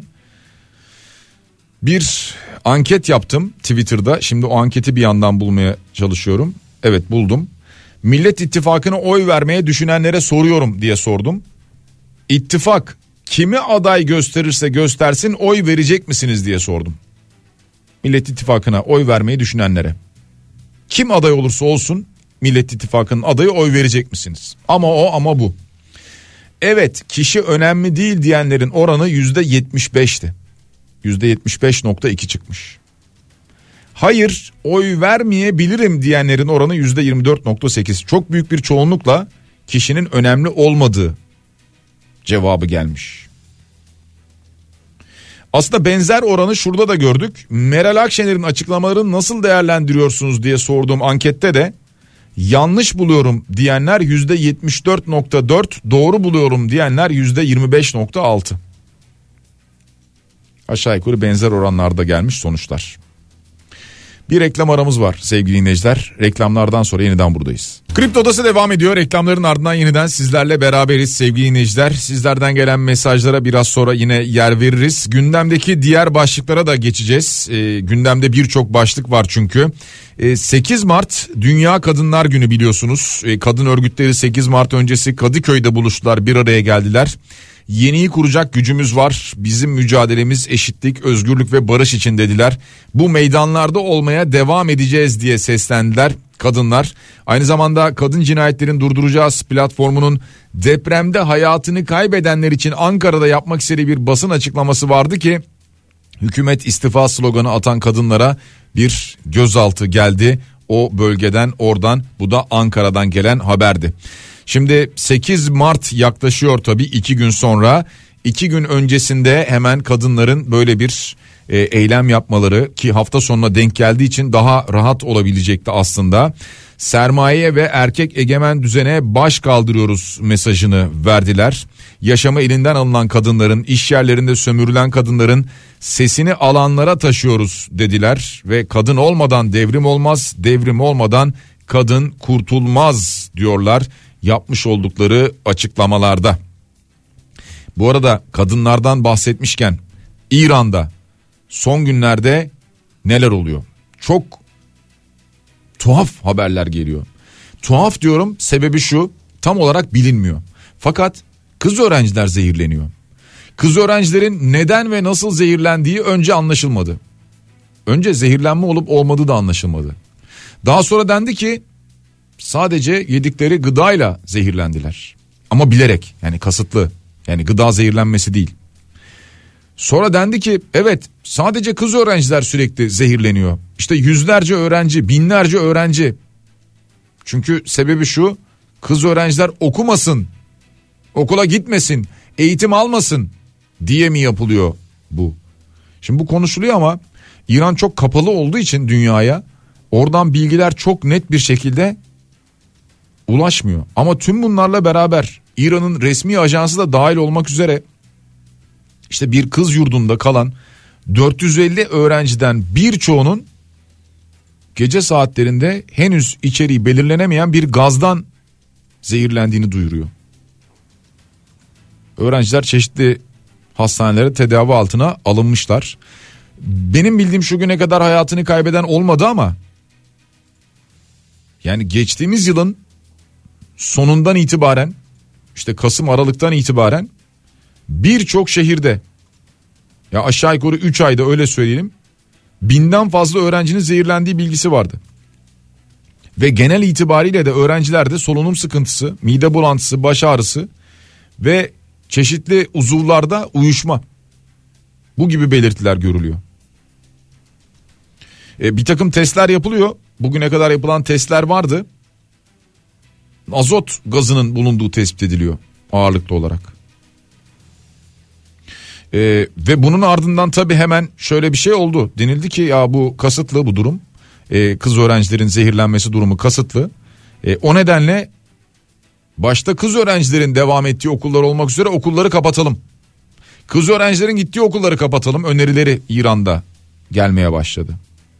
bir anket yaptım Twitter'da. Şimdi o anketi bir yandan bulmaya çalışıyorum. Evet, buldum. Millet İttifakı'na oy vermeye düşünenlere soruyorum diye sordum. İttifak kimi aday gösterirse göstersin oy verecek misiniz diye sordum. Millet İttifakı'na oy vermeyi düşünenlere. Kim aday olursa olsun Millet İttifakı'nın adayı oy verecek misiniz? Ama o ama bu. Evet, kişi önemli değil diyenlerin oranı yüzde yetmiş beşti. yüzde yetmiş beş nokta iki çıkmış. Hayır, oy vermeyebilirim diyenlerin oranı yüzde yirmi dört nokta sekiz. Çok büyük bir çoğunlukla kişinin önemli olmadığı cevabı gelmiş. Aslında benzer oranı şurada da gördük. Meral Akşener'in açıklamalarını nasıl değerlendiriyorsunuz diye sorduğum ankette de yanlış buluyorum diyenler yüzde yetmiş dört nokta dört, doğru buluyorum diyenler yüzde yirmi beş nokta altı. Aşağı yukarı benzer oranlarda gelmiş sonuçlar. Bir reklam aramız var sevgili dinleyiciler. Reklamlardan sonra yeniden buradayız. Kripto Odası devam ediyor. Reklamların ardından yeniden sizlerle beraberiz sevgili dinleyiciler. Sizlerden gelen mesajlara biraz sonra yine yer veririz. Gündemdeki diğer başlıklara da geçeceğiz. E, gündemde birçok başlık var çünkü. E, sekiz Mart Dünya Kadınlar Günü biliyorsunuz. E, kadın örgütleri sekiz Mart öncesi Kadıköy'de buluştular, bir araya geldiler. Yeniyi kuracak gücümüz var. Bizim mücadelemiz eşitlik, özgürlük ve barış için dediler. Bu meydanlarda olmaya devam edeceğiz diye seslendiler kadınlar. Aynı zamanda Kadın Cinayetlerin Durduracağız platformunun depremde hayatını kaybedenler için Ankara'da yapmak istediği bir basın açıklaması vardı ki hükümet istifa sloganı atan kadınlara bir gözaltı geldi. O bölgeden, oradan, bu da Ankara'dan gelen haberdi. Şimdi sekiz Mart yaklaşıyor tabii, iki gün sonra. iki gün öncesinde hemen kadınların böyle bir e, eylem yapmaları, ki hafta sonuna denk geldiği için daha rahat olabilecekti aslında. Sermaye ve erkek egemen düzene baş kaldırıyoruz mesajını verdiler. Yaşamı elinden alınan kadınların, iş yerlerinde sömürülen kadınların sesini alanlara taşıyoruz dediler. Ve kadın olmadan devrim olmaz, devrim olmadan kadın kurtulmaz diyorlar yapmış oldukları açıklamalarda. Bu arada kadınlardan bahsetmişken İran'da son günlerde neler oluyor? Çok tuhaf haberler geliyor. Tuhaf diyorum, sebebi şu, tam olarak bilinmiyor. Fakat kız öğrenciler zehirleniyor. Kız öğrencilerin neden ve nasıl zehirlendiği önce anlaşılmadı. Önce zehirlenme olup olmadığı da anlaşılmadı. Daha sonra dendi ki sadece yedikleri gıdayla zehirlendiler. Ama bilerek, yani kasıtlı, yani gıda zehirlenmesi değil. Sonra dendi ki evet, sadece kız öğrenciler sürekli zehirleniyor. İşte yüzlerce öğrenci, binlerce öğrenci. Çünkü sebebi şu, kız öğrenciler okumasın, okula gitmesin, eğitim almasın diye mi yapılıyor bu? Şimdi bu konuşuluyor ama İran çok kapalı olduğu için dünyaya, oradan bilgiler çok net bir şekilde ulaşmıyor. Ama tüm bunlarla beraber İran'ın resmi ajansı da dahil olmak üzere işte bir kız yurdunda kalan dört yüz elli öğrenciden birçoğunun gece saatlerinde henüz içeriği belirlenemeyen bir gazdan zehirlendiğini duyuruyor. Öğrenciler çeşitli hastanelere tedavi altına alınmışlar. Benim bildiğim şu güne kadar hayatını kaybeden olmadı ama yani geçtiğimiz yılın sonundan itibaren, işte Kasım Aralık'tan itibaren birçok şehirde, ya aşağı yukarı üç ayda öyle söyleyelim, binden fazla öğrencinin zehirlendiği bilgisi vardı. Ve genel itibariyle de öğrencilerde solunum sıkıntısı, mide bulantısı, baş ağrısı ve çeşitli uzuvlarda uyuşma, bu gibi belirtiler görülüyor. E, bir takım testler yapılıyor. Bugüne kadar yapılan testler vardı. Azot gazının bulunduğu tespit ediliyor ağırlıklı olarak. E, ve bunun ardından tabii hemen şöyle bir şey oldu. Denildi ki ya bu kasıtlı, bu durum. E, kız öğrencilerin zehirlenmesi durumu kasıtlı. E, o nedenle başta kız öğrencilerin devam ettiği okullar olmak üzere okulları kapatalım. Kız öğrencilerin gittiği okulları kapatalım önerileri İran'da gelmeye başladı.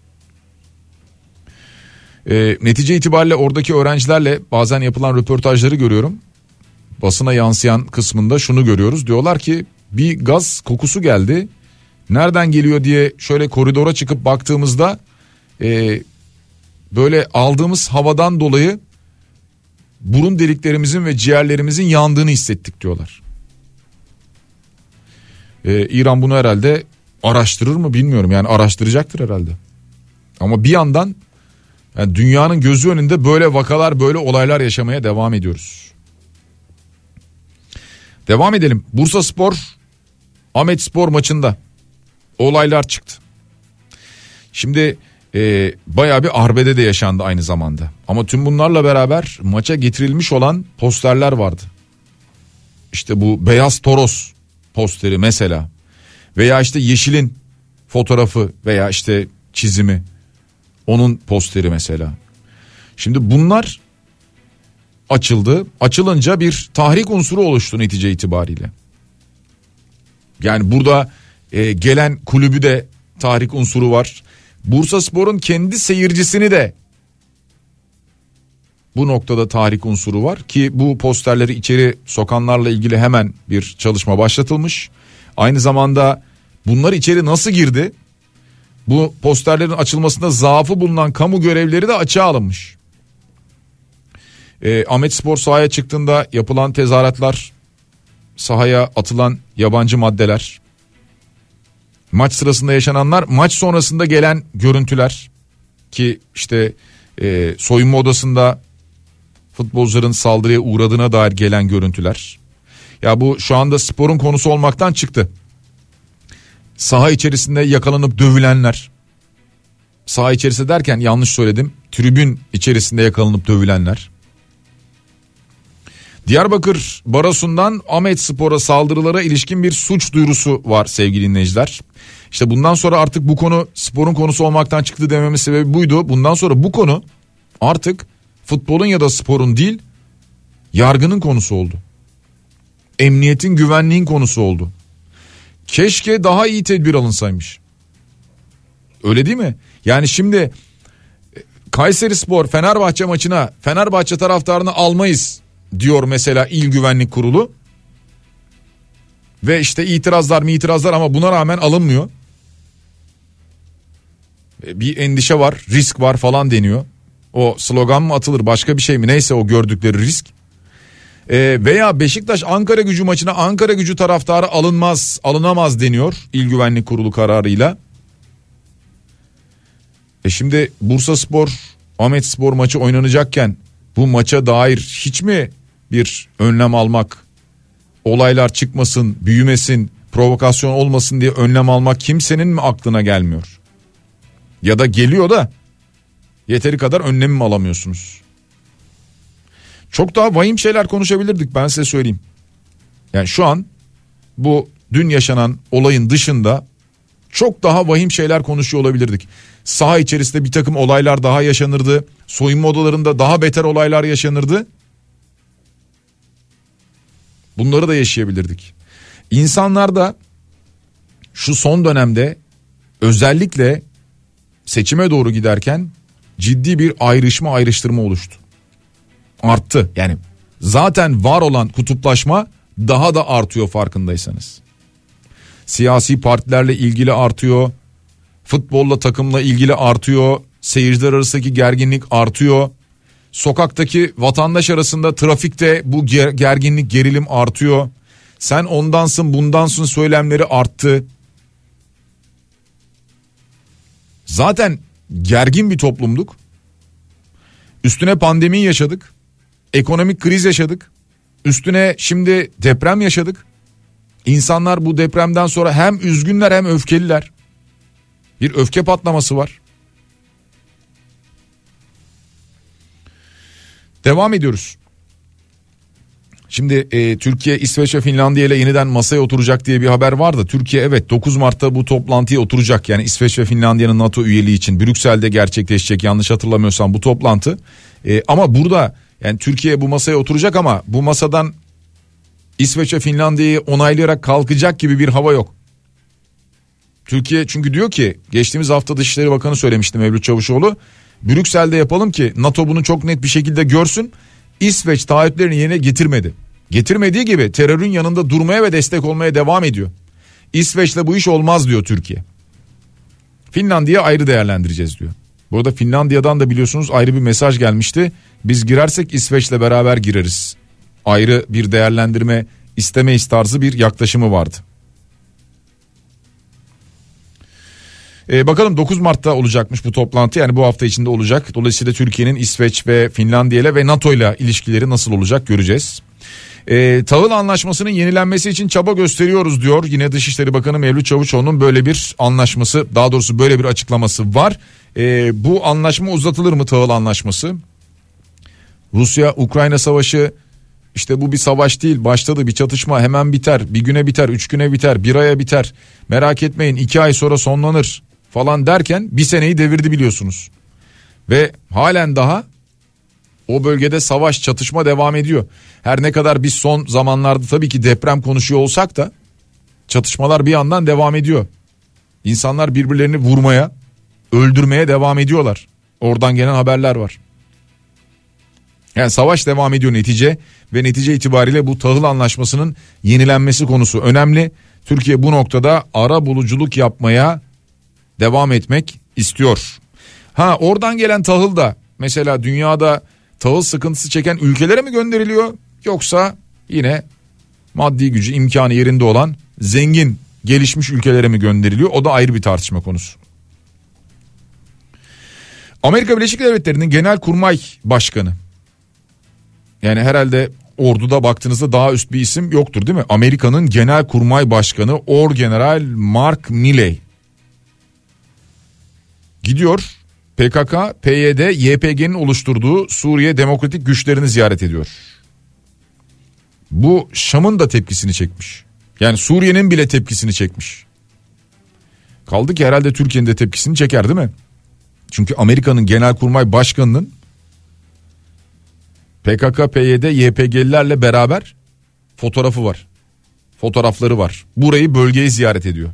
E, netice itibariyle oradaki öğrencilerle bazen yapılan röportajları görüyorum. Basına yansıyan kısmında şunu görüyoruz. Diyorlar ki bir gaz kokusu geldi. Nereden geliyor diye şöyle koridora çıkıp baktığımızda e, böyle aldığımız havadan dolayı burun deliklerimizin ve ciğerlerimizin yandığını hissettik diyorlar. Ee, İran bunu herhalde araştırır mı bilmiyorum, yani araştıracaktır herhalde. Ama bir yandan yani dünyanın gözü önünde böyle vakalar, böyle olaylar yaşamaya devam ediyoruz. Devam edelim. Bursaspor Ahmetspor maçında olaylar çıktı. Şimdi e, bayağı bir arbede de yaşandı aynı zamanda. Ama tüm bunlarla beraber maça getirilmiş olan posterler vardı. İşte bu beyaz toros posteri mesela, veya işte Yeşil'in fotoğrafı veya işte çizimi, onun posteri mesela. Şimdi bunlar açıldı. Açılınca bir tahrik unsuru oluştu netice itibariyle. Yani burada e, gelen kulübü de tahrik unsuru var. Bursaspor'un kendi seyircisini de bu noktada tahrik unsuru var ki bu posterleri içeri sokanlarla ilgili hemen bir çalışma başlatılmış. Aynı zamanda bunlar içeri nasıl girdi? Bu posterlerin açılmasında zaafı bulunan kamu görevlileri de açığa alınmış. E, Ahmetspor sahaya çıktığında yapılan tezahüratlar sahaya atılan yabancı maddeler, maç sırasında yaşananlar, maç sonrasında gelen görüntüler ki işte e, soyunma odasında futbolcuların saldırıya uğradığına dair gelen görüntüler. Ya bu şu anda sporun konusu olmaktan çıktı. Saha içerisinde yakalanıp dövülenler, saha içerisinde derken yanlış söyledim, tribün içerisinde yakalanıp dövülenler. Diyarbakır Barosu'ndan Ahmetspor'a saldırılara ilişkin bir suç duyurusu var sevgili dinleyiciler. İşte bundan sonra artık bu konu sporun konusu olmaktan çıktı dememin sebebi buydu. Bundan sonra bu konu artık futbolun ya da sporun değil, yargının konusu oldu. Emniyetin, güvenliğin konusu oldu. Keşke daha iyi tedbir alınsaymış. Öyle değil mi? Yani şimdi Kayserispor Fenerbahçe maçına Fenerbahçe taraftarını almayız diyor mesela İl Güvenlik Kurulu. Ve işte itirazlar mı itirazlar ama buna rağmen alınmıyor. Bir endişe var, risk var falan deniyor. O slogan mı atılır, başka bir şey mi, neyse o gördükleri risk. Ee, veya Beşiktaş Ankara Gücü maçına Ankara Gücü taraftarı alınmaz, alınamaz deniyor İl Güvenlik Kurulu kararıyla. E şimdi Bursaspor Ahmetspor maçı oynanacakken bu maça dair hiç mi bir önlem almak, olaylar çıkmasın, büyümesin, provokasyon olmasın diye önlem almak kimsenin mi aklına gelmiyor? Ya da geliyor da yeteri kadar önlem mi alamıyorsunuz? Çok daha vahim şeyler konuşabilirdik, ben size söyleyeyim. Yani şu an bu dün yaşanan olayın dışında çok daha vahim şeyler konuşuyor olabilirdik. Saha içerisinde bir takım olaylar daha yaşanırdı. Soyunma odalarında daha beter olaylar yaşanırdı. Bunları da yaşayabilirdik. İnsanlar da şu son dönemde özellikle seçime doğru giderken ciddi bir ayrışma ayrıştırma oluştu. Arttı. Yani zaten var olan kutuplaşma daha da artıyor farkındaysanız. Siyasi partilerle ilgili artıyor. Futbolla, takımla ilgili artıyor. Seyirciler arasındaki gerginlik artıyor. Sokaktaki vatandaş arasında, trafikte bu gerginlik, gerilim artıyor. Sen ondansın, bundansın söylemleri arttı. Zaten gergin bir toplumduk. Üstüne pandemi yaşadık. Ekonomik kriz yaşadık. Üstüne şimdi deprem yaşadık. İnsanlar bu depremden sonra hem üzgünler hem öfkeliler. Bir öfke patlaması var. Devam ediyoruz. Şimdi e, Türkiye, İsveç ve Finlandiya ile yeniden masaya oturacak diye bir haber vardı. Türkiye evet dokuz Mart'ta bu toplantıya oturacak. Yani İsveç ve Finlandiya'nın NATO üyeliği için Brüksel'de gerçekleşecek, yanlış hatırlamıyorsam bu toplantı. E, ama burada yani Türkiye bu masaya oturacak ama bu masadan İsveç ve Finlandiya'yı onaylayarak kalkacak gibi bir hava yok. Türkiye çünkü diyor ki, geçtiğimiz hafta Dışişleri Bakanı söylemişti Mevlüt Çavuşoğlu. Brüksel'de yapalım ki NATO bunu çok net bir şekilde görsün. İsveç taahhütlerini yerine getirmedi. Getirmediği gibi terörün yanında durmaya ve destek olmaya devam ediyor. İsveç'le bu iş olmaz diyor Türkiye. Finlandiya ayrı değerlendireceğiz diyor. Bu arada Finlandiya'dan da biliyorsunuz ayrı bir mesaj gelmişti. Biz girersek İsveç'le beraber gireriz. Ayrı bir değerlendirme istemeyiz tarzı bir yaklaşımı vardı. Ee, bakalım dokuz Mart'ta olacakmış bu toplantı, yani bu hafta içinde olacak. Dolayısıyla Türkiye'nin İsveç ve Finlandiya ile ve NATO ile ilişkileri nasıl olacak göreceğiz. Ee, tahıl anlaşmasının yenilenmesi için çaba gösteriyoruz diyor. Yine Dışişleri Bakanı Mevlüt Çavuşoğlu'nun böyle bir anlaşması, daha doğrusu böyle bir açıklaması var. Ee, bu anlaşma uzatılır mı, tahıl anlaşması? Rusya-Ukrayna savaşı, işte bu bir savaş değil, başladı bir çatışma, hemen biter, bir güne biter, üç güne biter, bir aya biter, merak etmeyin iki ay sonra sonlanır falan derken bir seneyi devirdi biliyorsunuz. Ve halen daha o bölgede savaş, çatışma devam ediyor. Her ne kadar biz son zamanlarda tabii ki deprem konuşuyor olsak da çatışmalar bir yandan devam ediyor. İnsanlar birbirlerini vurmaya, öldürmeye devam ediyorlar. Oradan gelen haberler var. Yani savaş devam ediyor netice ve netice itibariyle bu tahıl anlaşmasının yenilenmesi konusu önemli. Türkiye bu noktada ara buluculuk yapmaya devam etmek istiyor. Ha, oradan gelen tahıl da mesela dünyada tahıl sıkıntısı çeken ülkelere mi gönderiliyor, yoksa yine maddi gücü, imkanı yerinde olan zengin gelişmiş ülkelere mi gönderiliyor? O da ayrı bir tartışma konusu. Amerika Birleşik Devletleri'nin Genelkurmay Başkanı, yani herhalde orduda baktığınızda daha üst bir isim yoktur değil mi? Amerika'nın Genelkurmay Başkanı Orgeneral Mark Milley gidiyor P K K, P Y D, Y P G'nin oluşturduğu Suriye Demokratik Güçlerini ziyaret ediyor. Bu Şam'ın da tepkisini çekmiş. Yani Suriye'nin bile tepkisini çekmiş. Kaldı ki herhalde Türkiye'nin de tepkisini çeker değil mi? Çünkü Amerika'nın Genelkurmay Başkanı'nın P K K, P Y D, Y P G'lilerle beraber fotoğrafı var. Fotoğrafları var. Burayı, bölgeyi ziyaret ediyor.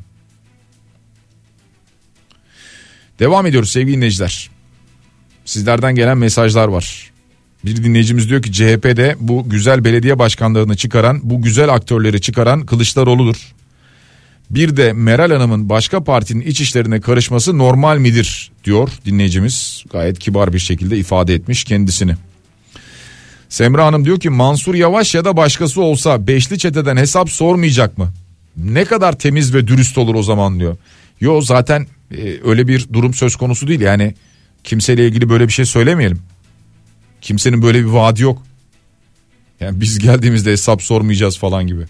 Devam ediyoruz sevgili dinleyiciler. Sizlerden gelen mesajlar var. Bir dinleyicimiz diyor ki C H P'de bu güzel belediye başkanlarını çıkaran, bu güzel aktörleri çıkaran Kılıçdaroğlu'dur. Bir de Meral Hanım'ın başka partinin iç işlerine karışması normal midir diyor dinleyicimiz. Gayet kibar bir şekilde ifade etmiş kendisini. Semra Hanım diyor ki Mansur Yavaş ya da başkası olsa beşli çeteden hesap sormayacak mı? Ne kadar temiz ve dürüst olur o zaman diyor. Yo, zaten e, öyle bir durum söz konusu değil. Yani kimseyle ilgili böyle bir şey söylemeyelim. Kimsenin böyle bir vaadi yok. Yani biz geldiğimizde hesap sormayacağız falan gibi.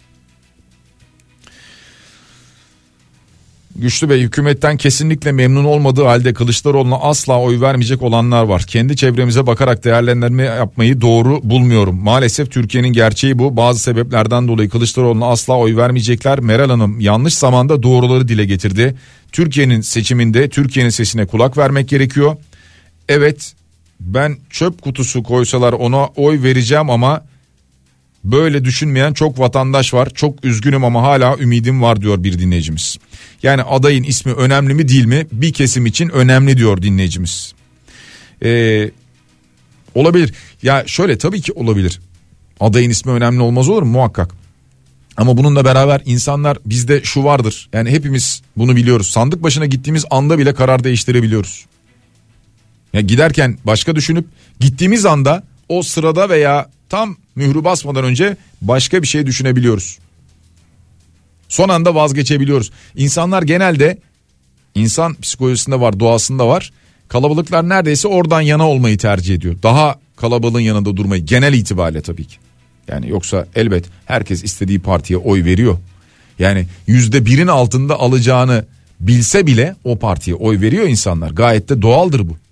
Güçlü Bey, hükümetten kesinlikle memnun olmadığı halde Kılıçdaroğlu'na asla oy vermeyecek olanlar var. Kendi çevremize bakarak değerlendirme yapmayı doğru bulmuyorum. Maalesef Türkiye'nin gerçeği bu. Bazı sebeplerden dolayı Kılıçdaroğlu'na asla oy vermeyecekler. Meral Hanım yanlış zamanda doğruları dile getirdi. Türkiye'nin seçiminde Türkiye'nin sesine kulak vermek gerekiyor. Evet, ben çöp kutusu koysalar ona oy vereceğim ama böyle düşünmeyen çok vatandaş var. Çok üzgünüm ama hala ümidim var diyor bir dinleyicimiz. Yani adayın ismi önemli mi değil mi? Bir kesim için önemli diyor dinleyicimiz. Ee, olabilir. Ya şöyle, tabii ki olabilir. Adayın ismi önemli olmaz olur mu? Muhakkak. Ama bununla beraber insanlar, bizde şu vardır. Yani hepimiz bunu biliyoruz. Sandık başına gittiğimiz anda bile karar değiştirebiliyoruz. Ya giderken başka düşünüp gittiğimiz anda o sırada veya tam mührü basmadan önce başka bir şey düşünebiliyoruz. Son anda vazgeçebiliyoruz. İnsanlar genelde, insan psikolojisinde var, doğasında var. Kalabalıklar neredeyse oradan yana olmayı tercih ediyor. Daha kalabalığın yanında durmayı, genel itibariyle tabii ki. Yani yoksa elbet herkes istediği partiye oy veriyor. Yani yüzde birin altında alacağını bilse bile o partiye oy veriyor insanlar. Gayet de doğaldır bu.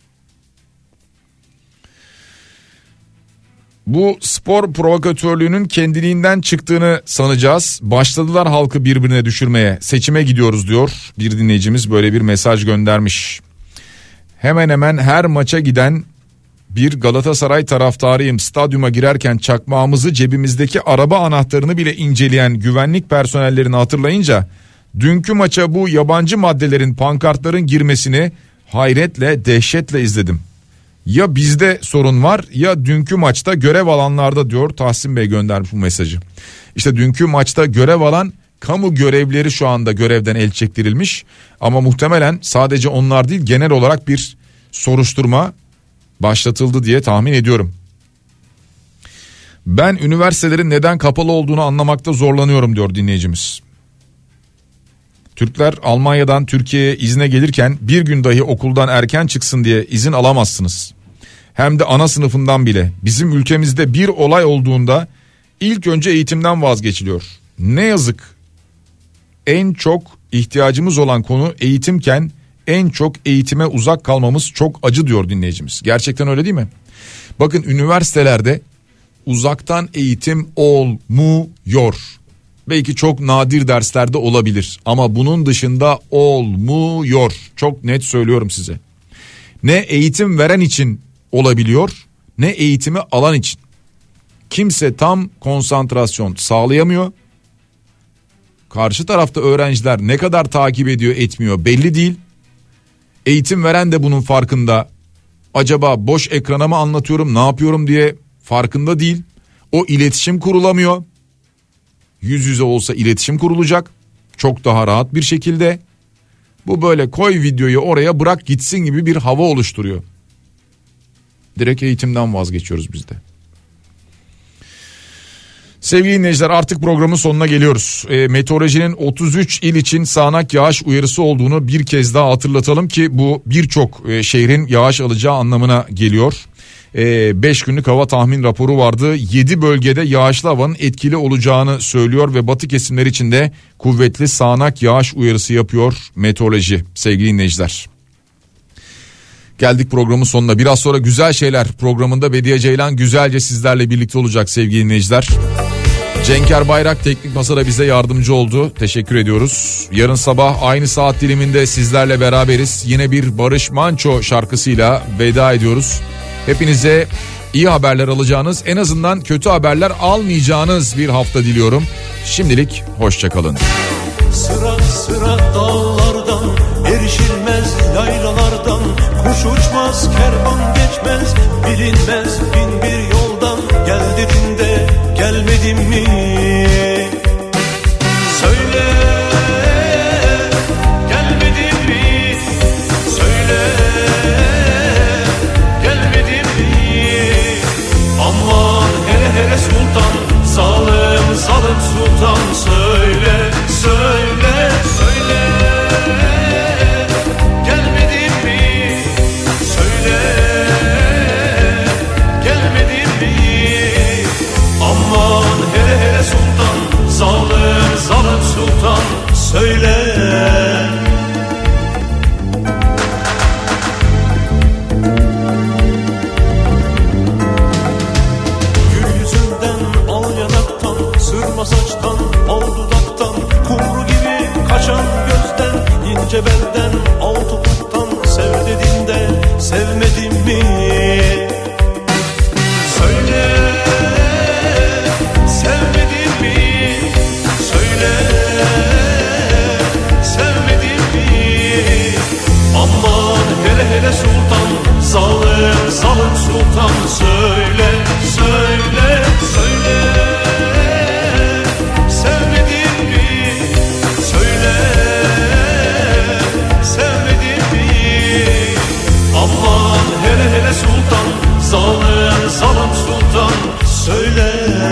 Bu spor provokatörlüğünün kendiliğinden çıktığını sanacağız. Başladılar halkı birbirine düşürmeye. Seçime gidiyoruz diyor bir dinleyicimiz, böyle bir mesaj göndermiş. Hemen hemen her maça giden bir Galatasaray taraftarıyım. Stadyuma girerken çakmağımızı, cebimizdeki araba anahtarını bile inceleyen güvenlik personellerini hatırlayınca dünkü maça bu yabancı maddelerin, pankartların girmesini hayretle, dehşetle izledim. Ya bizde sorun var ya dünkü maçta görev alanlarda diyor Tahsin Bey göndermiş bu mesajı. İşte dünkü maçta görev alan kamu görevlileri şu anda görevden el çektirilmiş. Ama muhtemelen sadece onlar değil, genel olarak bir soruşturma başlatıldı diye tahmin ediyorum. Ben üniversitelerin neden kapalı olduğunu anlamakta zorlanıyorum diyor dinleyicimiz. Türkler Almanya'dan Türkiye'ye izne gelirken bir gün dahi okuldan erken çıksın diye izin alamazsınız. Hem de ana sınıfından bile. Bizim ülkemizde bir olay olduğunda ilk önce eğitimden vazgeçiliyor. Ne yazık, en çok ihtiyacımız olan konu eğitimken en çok eğitime uzak kalmamız çok acı diyor dinleyicimiz. Gerçekten öyle değil mi? Bakın, üniversitelerde uzaktan eğitim olmuyor. Belki çok nadir derslerde olabilir ama bunun dışında olmuyor. Çok net söylüyorum size. Ne eğitim veren için olabiliyor, ne eğitimi alan için. Kimse tam konsantrasyon sağlayamıyor. Karşı tarafta öğrenciler ne kadar takip ediyor, etmiyor belli değil. Eğitim veren de bunun farkında. Acaba boş ekrana mı anlatıyorum, ne yapıyorum diye farkında değil. O iletişim kurulamıyor. Yüz yüze olsa iletişim kurulacak. Çok daha rahat bir şekilde. Bu böyle koy videoyu oraya, bırak gitsin gibi bir hava oluşturuyor. Direkt eğitimden vazgeçiyoruz biz de. Sevgili dinleyiciler, artık programın sonuna geliyoruz. E, meteorolojinin otuz üç il için sağanak yağış uyarısı olduğunu bir kez daha hatırlatalım ki bu birçok e, şehrin yağış alacağı anlamına geliyor. beş e, günlük hava tahmin raporu vardı. yedi bölgede yağışlı havanın etkili olacağını söylüyor ve batı kesimler için de kuvvetli sağanak yağış uyarısı yapıyor meteoroloji sevgili dinleyiciler. Geldik programın sonuna. Biraz sonra Güzel Şeyler programında Bediye Ceylan güzelce sizlerle birlikte olacak sevgili dinleyiciler. Cenker Bayrak teknik masada bize yardımcı oldu. Teşekkür ediyoruz. Yarın sabah aynı saat diliminde sizlerle beraberiz. Yine bir Barış Manço şarkısıyla veda ediyoruz. Hepinize iyi haberler alacağınız, en azından kötü haberler almayacağınız bir hafta diliyorum. Şimdilik hoşçakalın.
Sıra sıra dağlardan, erişilmez yaylalardan, kuş uçmaz, kervan geçmez, bilinmez bin bir yoldan. Gel dediğinde gelmedim mi? Söyle, gelmedim mi? Söyle, gelmedim mi? Aman hele hele sultan, zalim zalim sultan, söyle, söyle, söyle. Gelmedim mi? Söyle, gelmedim mi? Aman hele hele sultan, zalim zalim sultan, söyle. Gül yüzünden, al yanaktan, sırma saçtan, al dudaktan, kumru gibi kaçan gözden, ince belden, al topuktan, sev dediğinde sevmedim mi? Söyle, sevmedim mi? Söyle, sevmedim mi? Aman hele hele sultan, zalim zalim sultan, söyle, söyle, söyle. Sevmedim mi? Söyle, sevmedim mi? Aman hele hele sultan, zalim zalim sultan, söyle.